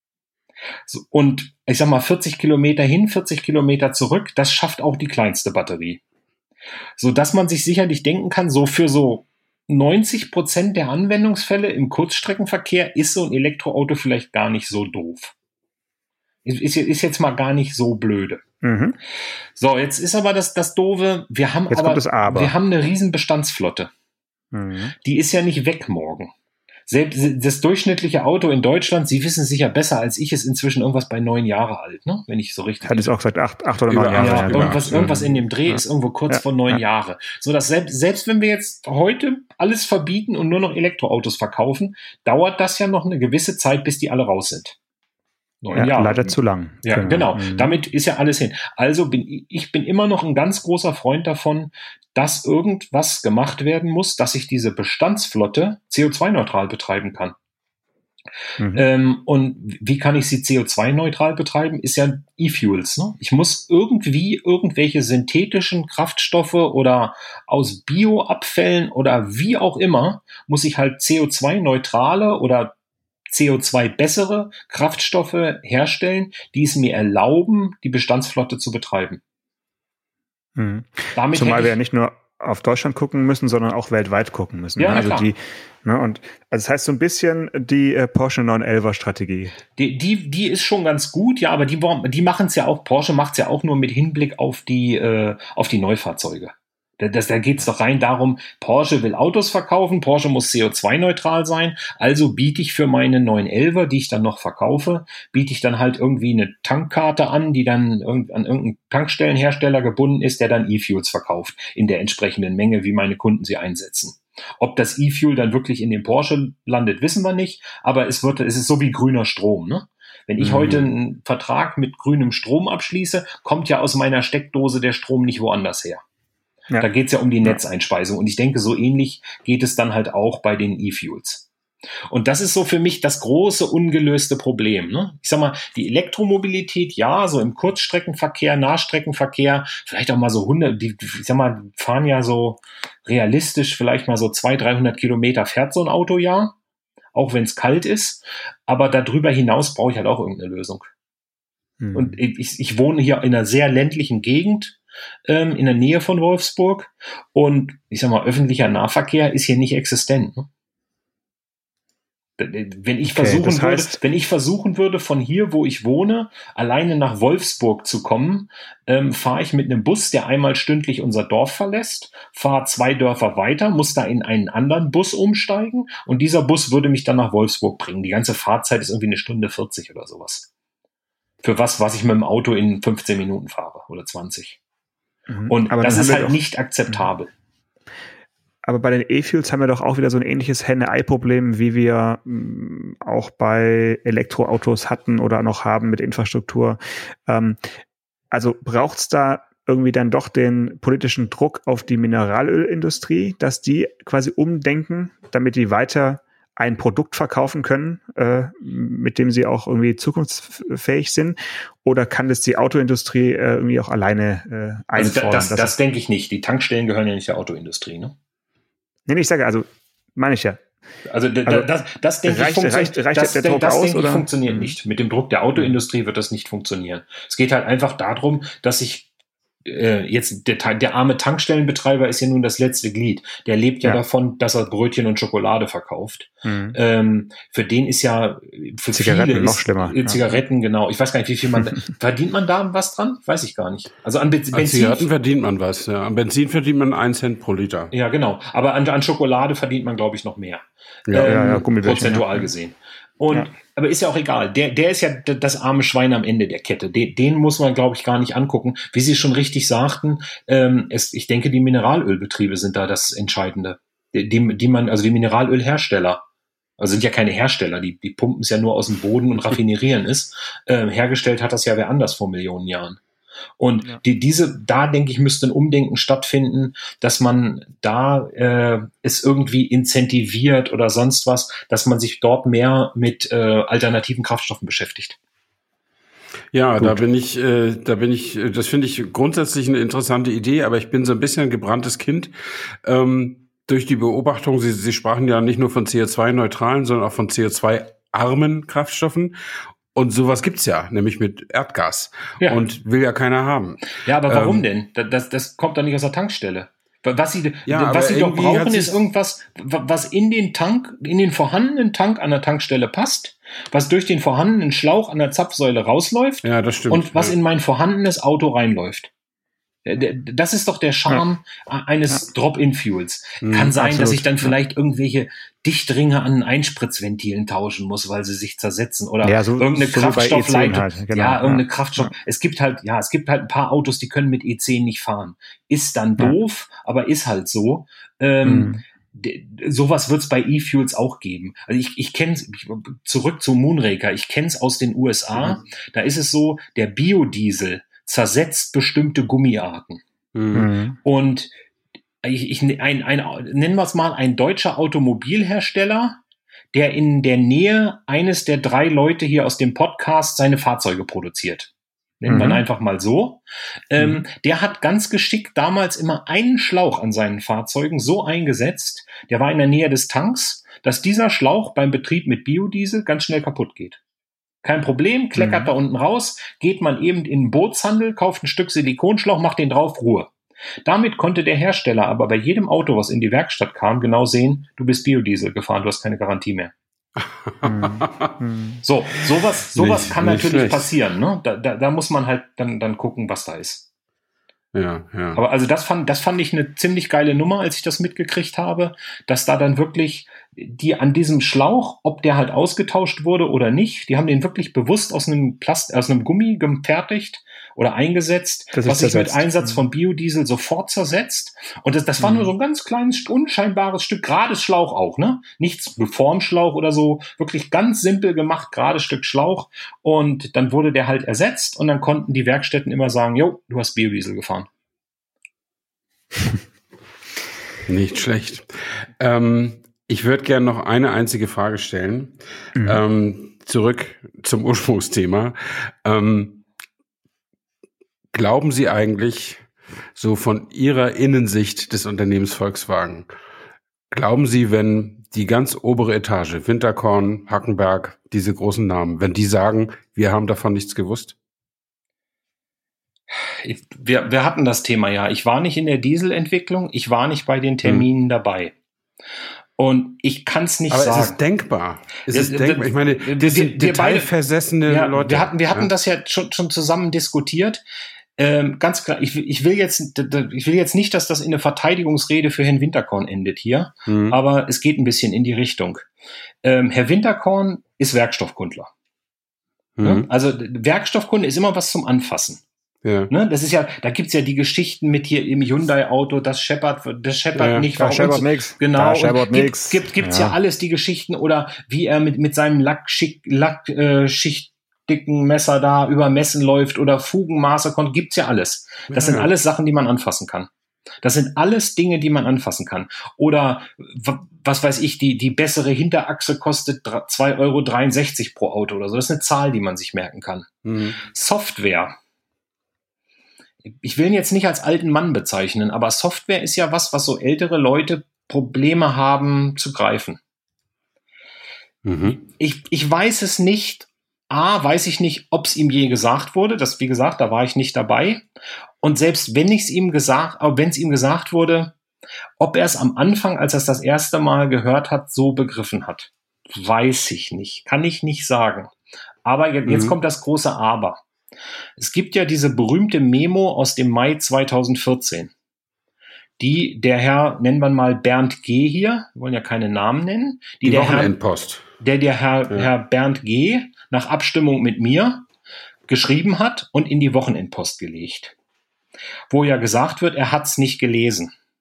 So, und ich sag mal, vierzig Kilometer hin, vierzig Kilometer zurück, das schafft auch die kleinste Batterie. So dass man sich sicherlich denken kann, so für so neunzig Prozent der Anwendungsfälle im Kurzstreckenverkehr ist so ein Elektroauto vielleicht gar nicht so doof. Ist, ist jetzt mal gar nicht so blöde. Mhm. So, jetzt ist aber das, das Doofe, wir haben jetzt aber, kommt das aber, wir haben eine riesen Bestandsflotte. Mhm. Die ist ja nicht weg morgen. Selbst das durchschnittliche Auto in Deutschland, Sie wissen es sicher besser als ich, ist inzwischen irgendwas bei neun Jahre alt, ne? Wenn ich so richtig. Hat es auch gesagt, acht, acht oder neun Jahre. Ja, ja, irgendwas, genau. irgendwas in dem Dreh ja. ist irgendwo kurz ja. vor neun ja. Jahre. So dass selbst, selbst wenn wir jetzt heute alles verbieten und nur noch Elektroautos verkaufen, dauert das ja noch eine gewisse Zeit, bis die alle raus sind. Neun ja, Jahre. Leider zu lang. Ja, genau. genau. Mhm. Damit ist ja alles hin. Also bin ich, ich bin immer noch ein ganz großer Freund davon, dass irgendwas gemacht werden muss, dass ich diese Bestandsflotte C O zwei neutral betreiben kann. Mhm. Ähm, und wie kann ich sie C O zwei neutral betreiben? Ist ja E-Fuels. Ne? Ich muss irgendwie irgendwelche synthetischen Kraftstoffe oder aus Bioabfällen oder wie auch immer, muss ich halt C O zwei neutrale oder C O zwei bessere Kraftstoffe herstellen, die es mir erlauben, die Bestandsflotte zu betreiben. Mhm. Damit Zumal wir ja nicht nur auf Deutschland gucken müssen, sondern auch weltweit gucken müssen. Ja, ne? Also klar. die, ne, und also das heißt so ein bisschen die äh, Porsche neun elfer Strategie. Die, die, die ist schon ganz gut, ja, aber die, die machen es ja auch, Porsche macht es ja auch nur mit Hinblick auf die, äh, auf die Neufahrzeuge. Das, da geht es doch rein darum, Porsche will Autos verkaufen, Porsche muss C O zwei neutral sein, also biete ich für meine neun elfer, die ich dann noch verkaufe, biete ich dann halt irgendwie eine Tankkarte an, die dann irg- an irgendeinen Tankstellenhersteller gebunden ist, der dann E-Fuels verkauft in der entsprechenden Menge, wie meine Kunden sie einsetzen. Ob das E-Fuel dann wirklich in dem Porsche landet, wissen wir nicht, aber es wird, es ist so wie grüner Strom, ne? Wenn ich mhm. heute einen Vertrag mit grünem Strom abschließe, kommt ja aus meiner Steckdose der Strom nicht woanders her. Ja. Da geht es ja um die Netzeinspeisung. Und ich denke, so ähnlich geht es dann halt auch bei den E-Fuels. Und das ist so für mich das große, ungelöste Problem. Ne? Ich sag mal, die Elektromobilität, ja, so im Kurzstreckenverkehr, Nahstreckenverkehr, vielleicht auch mal so hundert, die, ich sag mal, fahren ja so realistisch vielleicht mal so zweihundert, dreihundert Kilometer fährt so ein Auto ja, auch wenn es kalt ist. Aber darüber hinaus brauche ich halt auch irgendeine Lösung. Hm. Und ich, ich wohne hier in einer sehr ländlichen Gegend, in der Nähe von Wolfsburg, und ich sag mal, öffentlicher Nahverkehr ist hier nicht existent. Ne? Wenn ich okay, versuchen das heißt, würde, wenn ich versuchen würde, von hier, wo ich wohne, alleine nach Wolfsburg zu kommen, ähm, fahre ich mit einem Bus, der einmal stündlich unser Dorf verlässt, fahre zwei Dörfer weiter, muss da in einen anderen Bus umsteigen, und dieser Bus würde mich dann nach Wolfsburg bringen. Die ganze Fahrzeit ist irgendwie eine Stunde vierzig oder sowas. Für was, was ich mit dem Auto in fünfzehn Minuten fahre oder zwanzig. Und aber das ist halt doch nicht akzeptabel. Aber bei den E-Fuels haben wir doch auch wieder so ein ähnliches Henne-Ei-Problem, wie wir mh, auch bei Elektroautos hatten oder noch haben mit Infrastruktur. Ähm, also braucht es da irgendwie dann doch den politischen Druck auf die Mineralölindustrie, dass die quasi umdenken, damit die weiter ein Produkt verkaufen können, äh, mit dem sie auch irgendwie zukunftsfähig sind? Oder kann das die Autoindustrie äh, irgendwie auch alleine äh, einfordern? Also das, das denke ich nicht. Die Tankstellen gehören ja nicht der Autoindustrie, ne? Nee, nee, ich sage, also meine ich ja. Also, d- also das, das denke reicht, ich, funktio- reicht, reicht das, der Druck das aus, denke ich oder? funktioniert Mhm. nicht. Mit dem Druck der Autoindustrie wird das nicht funktionieren. Es geht halt einfach darum, dass ich äh, jetzt der, der arme Tankstellenbetreiber ist ja nun das letzte Glied. Der lebt ja, ja. davon, dass er Brötchen und Schokolade verkauft. Mhm. Ähm, für den ist ja für Zigaretten viele noch ist, schlimmer. Äh, Zigaretten, ja. Genau. Ich weiß gar nicht, wie viel man verdient man da was dran? Weiß ich gar nicht. Also an, Be- an Benzin Zigaretten verdient man was. Ja. An Benzin verdient man einen Cent pro Liter. Ja, genau. Aber an, an Schokolade verdient man, glaube ich, noch mehr. Ja, ähm, ja, ja, prozentual ja. gesehen. Und ja. aber ist ja auch egal. Der, der ist ja das arme Schwein am Ende der Kette. Den, den muss man, glaube ich, gar nicht angucken. Wie Sie schon richtig sagten, ähm, es, ich denke, die Mineralölbetriebe sind da das Entscheidende. die, die man, also die Mineralölhersteller, also sind ja keine Hersteller, die, die pumpen es ja nur aus dem Boden und raffinerieren es. Äh, hergestellt hat das ja wer anders vor Millionen Jahren. Und ja. die, diese, da denke ich, müsste ein Umdenken stattfinden, dass man da äh, es irgendwie incentiviert oder sonst was, dass man sich dort mehr mit äh, alternativen Kraftstoffen beschäftigt. Ja, Gut. da bin ich, äh, da bin ich, das finde ich grundsätzlich eine interessante Idee, aber ich bin so ein bisschen ein gebranntes Kind. Ähm, durch die Beobachtung, Sie, Sie sprachen ja nicht nur von C O zwei neutralen, sondern auch von C O zwei armen Kraftstoffen. Und sowas gibt's ja, nämlich mit Erdgas. Ja. Und will ja keiner haben. Ja, aber warum ähm, denn? Das, das kommt doch nicht aus der Tankstelle. Was Sie, ja, was Sie doch brauchen, ist irgendwas, was in den Tank, in den vorhandenen Tank an der Tankstelle passt, was durch den vorhandenen Schlauch an der Zapfsäule rausläuft. Ja, das stimmt. Und was ja. in mein vorhandenes Auto reinläuft. Das ist doch der Charme ja. eines ja. Drop-in-Fuels. Mhm, Kann sein, absolut. dass ich dann vielleicht irgendwelche Dichtringe an Einspritzventilen tauschen muss, weil sie sich zersetzen oder ja, so, irgendeine so Kraftstoffleitung. Halt, genau. Ja, irgendeine ja. Kraftstoff. Ja. Es gibt halt, ja, es gibt halt ein paar Autos, die können mit E zehn nicht fahren. Ist dann ja. doof, aber ist halt so. Ähm, mhm. Sowas wird es bei E-Fuels auch geben. Also ich, ich kenne zurück zu Moonraker. Ich kenne es aus den U S A. Mhm. Da ist es so, der Biodiesel zersetzt bestimmte Gummiarten. Mhm. Und ich, ich ein, ein, nennen wir es mal ein deutscher Automobilhersteller, der in der Nähe eines der drei Leute hier aus dem Podcast seine Fahrzeuge produziert. Nennen wir mhm. ihn einfach mal so. Ähm, mhm. Der hat ganz geschickt damals immer einen Schlauch an seinen Fahrzeugen so eingesetzt, der war in der Nähe des Tanks, dass dieser Schlauch beim Betrieb mit Biodiesel ganz schnell kaputt geht. Kein Problem, kleckert mhm. da unten raus, geht man eben in den Bootshandel, kauft ein Stück Silikonschlauch, macht den drauf, Ruhe. Damit konnte der Hersteller aber bei jedem Auto, was in die Werkstatt kam, genau sehen, du bist Biodiesel gefahren, du hast keine Garantie mehr. so, sowas, sowas nicht, kann nicht natürlich schlecht. passieren. Ne? Da, da, da muss man halt dann, dann gucken, was da ist. Ja, ja. Aber also das fand, das fand ich eine ziemlich geile Nummer, als ich das mitgekriegt habe, dass da dann wirklich die an diesem Schlauch, ob der halt ausgetauscht wurde oder nicht, die haben den wirklich bewusst aus einem Plast, aus einem Gummi gefertigt oder eingesetzt, das was sich mit Einsatz von Biodiesel sofort zersetzt. Und das, das war mhm. nur so ein ganz kleines, unscheinbares Stück, gerades Schlauch auch, ne? Nichts Formschlauch oder so, wirklich ganz simpel gemacht, gerades Stück Schlauch. Und dann wurde der halt ersetzt und dann konnten die Werkstätten immer sagen, jo, du hast Biodiesel gefahren. Nicht schlecht. Ähm, ich würde gerne noch eine einzige Frage stellen. Mhm. Ähm, zurück zum Ursprungsthema. Ähm, glauben Sie eigentlich, so von Ihrer Innensicht des Unternehmens Volkswagen, glauben Sie, wenn die ganz obere Etage, Winterkorn, Hackenberg, diese großen Namen, wenn die sagen, wir haben davon nichts gewusst? Ich, wir, wir hatten das Thema ja. Ich war nicht in der Dieselentwicklung, ich war nicht bei den Terminen hm. dabei. Und ich kann es nicht Aber sagen. Aber ist es denkbar? Ist es denkbar? Ich meine, das sind detailversessene ja, Leute. Wir hatten, wir hatten ja. das ja schon, schon zusammen diskutiert. Ähm, ganz klar, ich, ich will jetzt, ich will jetzt nicht, dass das in eine Verteidigungsrede für Herrn Winterkorn endet hier, hm. aber es geht ein bisschen in die Richtung. Ähm, Herr Winterkorn ist Werkstoffkundler. Hm. Ja? Also Werkstoffkunde ist immer was zum Anfassen. Ja. Ne, das ist ja, da gibt's ja die Geschichten mit hier im Hyundai-Auto, das scheppert, das scheppert ja, nicht. Da scheppert nix. Genau. Da scheppert gibt, nix. Gibt, gibt's ja. ja alles, die Geschichten, oder wie er mit, mit seinem Lackschick, Lackschichtdicken Messer da über Messen läuft oder Fugenmaße kommt, gibt's ja alles. Das ja. sind alles Sachen, die man anfassen kann. Das sind alles Dinge, die man anfassen kann. Oder, was weiß ich, die, die bessere Hinterachse kostet zwei Euro dreiundsechzig pro Auto oder so. Das ist eine Zahl, die man sich merken kann. Mhm. Software. Ich will ihn jetzt nicht als alten Mann bezeichnen, aber Software ist ja was, was so ältere Leute Probleme haben zu greifen. Mhm. Ich, ich weiß es nicht. A, weiß ich nicht, ob es ihm je gesagt wurde. Das, wie gesagt, da war ich nicht dabei. Und selbst wenn ich es ihm gesagt, wenn es ihm gesagt wurde, ob er es am Anfang, als er es das erste Mal gehört hat, so begriffen hat, weiß ich nicht. Kann ich nicht sagen. Aber jetzt, mhm. jetzt kommt das große Aber. Es gibt ja diese berühmte Memo aus dem Mai zweitausendvierzehn, die der Herr, nennen wir mal Bernd G. hier, wir wollen ja keine Namen nennen, die, die der Wochenendpost. Herr, der der Herr, ja. Herr Bernd G. nach Abstimmung mit mir geschrieben hat und in die Wochenendpost gelegt, wo ja gesagt wird, er hat es nicht gelesen.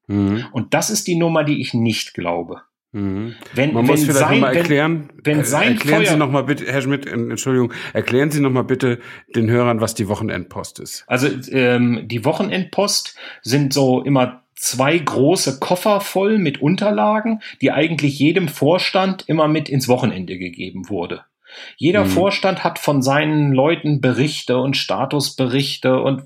Mhm. Und das ist die Nummer, die ich nicht glaube. Mhm. Wenn, Man wenn muss vielleicht sein, nochmal erklären, wenn, wenn sein erklären Feuer, Sie noch mal bitte, Herr Schmidt, Entschuldigung, erklären Sie noch mal bitte den Hörern, was die Wochenendpost ist. Also ähm, die Wochenendpost sind so immer zwei große Koffer voll mit Unterlagen, die eigentlich jedem Vorstand immer mit ins Wochenende gegeben wurde. Jeder mhm. Vorstand hat von seinen Leuten Berichte und Statusberichte und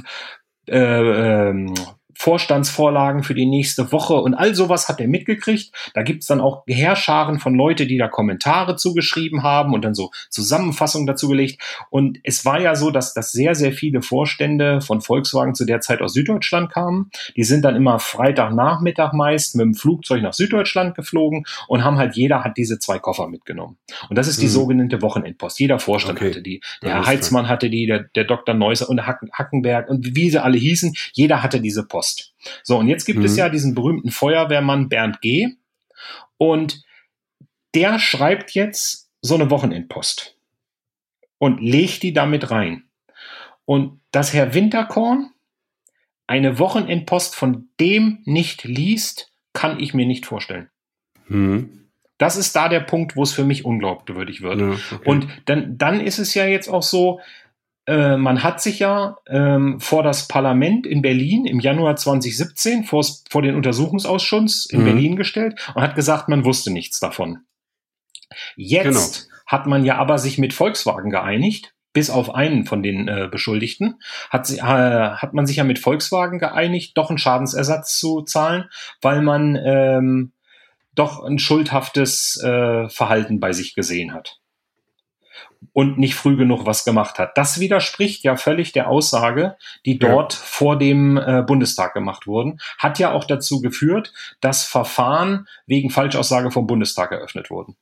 äh, ähm, Vorstandsvorlagen für die nächste Woche und all sowas hat er mitgekriegt. Da gibt's dann auch Heerscharen von Leute, die da Kommentare zugeschrieben haben und dann so Zusammenfassungen dazu gelegt. Und es war ja so, dass, dass sehr, sehr viele Vorstände von Volkswagen zu der Zeit aus Süddeutschland kamen. Die sind dann immer Freitagnachmittag meist mit dem Flugzeug nach Süddeutschland geflogen und haben halt, jeder hat diese zwei Koffer mitgenommen. Und das ist die hm. sogenannte Wochenendpost. Jeder Vorstand okay. hatte die. Der Herr Heitzmann hatte die, der, der Doktor Neusser und Hacken, Hackenberg und wie sie alle hießen. Jeder hatte diese Post. So, und jetzt gibt mhm. es ja diesen berühmten Feuerwehrmann Bernd G. Und der schreibt jetzt so eine Wochenendpost und legt die damit rein. Und dass Herr Winterkorn eine Wochenendpost von dem nicht liest, kann ich mir nicht vorstellen. Mhm. Das ist da der Punkt, wo es für mich unglaubwürdig wird. Ja, okay. Und dann, dann ist es ja jetzt auch so, Äh, man hat sich ja ähm, vor das Parlament in Berlin im Januar zwanzig siebzehn vor, vor den Untersuchungsausschuss in mhm. Berlin gestellt und hat gesagt, man wusste nichts davon. Jetzt genau. hat man ja aber sich mit Volkswagen geeinigt, bis auf einen von den äh, Beschuldigten, hat, sie, äh, hat man sich ja mit Volkswagen geeinigt, doch einen Schadensersatz zu zahlen, weil man ähm, doch ein schuldhaftes äh, Verhalten bei sich gesehen hat. Und nicht früh genug was gemacht hat. Das widerspricht ja völlig der Aussage, die dort ja. vor dem äh, Bundestag gemacht wurden. Hat ja auch dazu geführt, dass Verfahren wegen Falschaussage vom Bundestag eröffnet wurden.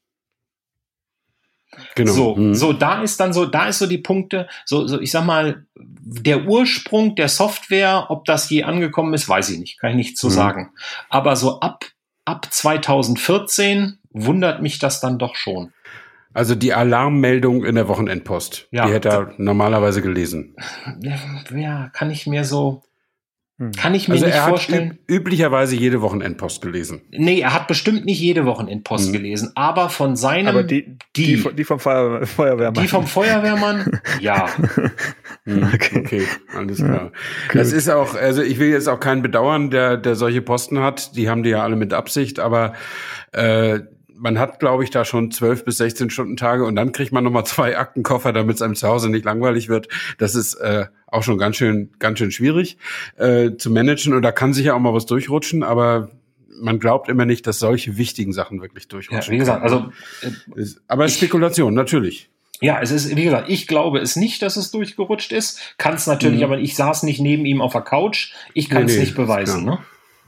Genau. So, mhm. so, da ist dann so, da ist so die Punkte, so, so, ich sag mal, der Ursprung der Software, ob das je angekommen ist, weiß ich nicht, kann ich nicht zu mhm. sagen. Aber so ab, ab zwanzig vierzehn wundert mich das dann doch schon. Also die Alarmmeldung in der Wochenendpost, ja, die hätte er normalerweise gelesen. Ja, kann ich mir so, kann ich mir also nicht er vorstellen. Hat üb- üblicherweise jede Wochenendpost gelesen. Nee, er hat bestimmt nicht jede Wochenendpost mhm. gelesen, aber von seinem... Aber die, die, die, die vom Feuer, Feuerwehrmann. Die vom Feuerwehrmann, ja. Mhm. Okay. okay, alles klar. Ja, das ist auch, also ich will jetzt auch keinen bedauern, der, der solche Posten hat. Die haben die ja alle mit Absicht, aber äh, man hat, glaube ich, da schon zwölf bis sechzehn Stunden Tage und dann kriegt man nochmal zwei Aktenkoffer, damit es einem zu Hause nicht langweilig wird. Das ist äh, auch schon ganz schön, ganz schön schwierig äh, zu managen und da kann sich ja auch mal was durchrutschen, aber man glaubt immer nicht, dass solche wichtigen Sachen wirklich durchrutschen. Ja, wie gesagt, also äh, aber ich, Spekulation, natürlich. Ja, es ist, wie gesagt, ich glaube es nicht, dass es durchgerutscht ist. Kann es natürlich, mhm. aber ich saß nicht neben ihm auf der Couch. Ich kann es nee, nee, nicht beweisen, ne?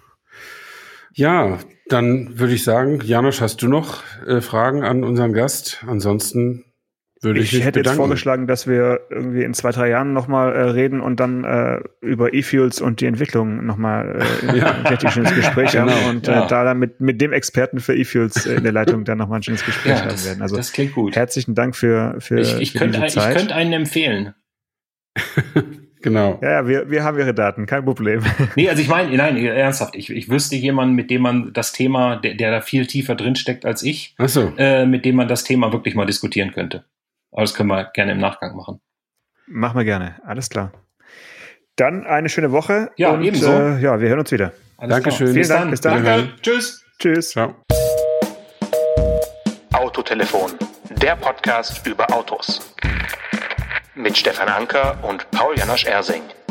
Ja, dann würde ich sagen, Janosch, hast du noch äh, Fragen an unseren Gast? Ansonsten würde ich, ich mich hätte bedanken. jetzt vorgeschlagen, dass wir irgendwie in zwei, drei Jahren nochmal äh, reden und dann äh, über E-Fuels und die Entwicklung nochmal äh, ja. ein richtig schönes Gespräch genau. haben und ja. äh, da dann mit, mit dem Experten für E-Fuels äh, in der Leitung dann nochmal ein schönes Gespräch ja, haben das, werden. Also das klingt gut. Herzlichen Dank für, für, ich, ich für könnte, diese Zeit. Ich könnte einen empfehlen. Genau. Ja, ja, wir, wir haben ihre Daten, kein Problem. Nee, also ich meine, nein, ernsthaft, ich, ich wüsste jemanden, mit dem man das Thema, der, der da viel tiefer drin steckt als ich, Ach so. äh, mit dem man das Thema wirklich mal diskutieren könnte. Aber das können wir gerne im Nachgang machen. Machen wir gerne, alles klar. Dann eine schöne Woche. Ja, und, ebenso. Äh, ja, wir hören uns wieder. Alles Dankeschön. Vielen Dank, bis dann. Danke, tschüss. Tschüss. Ciao. Autotelefon, der Podcast über Autos. Mit Stefan Anker und Paul Janosch Ersing.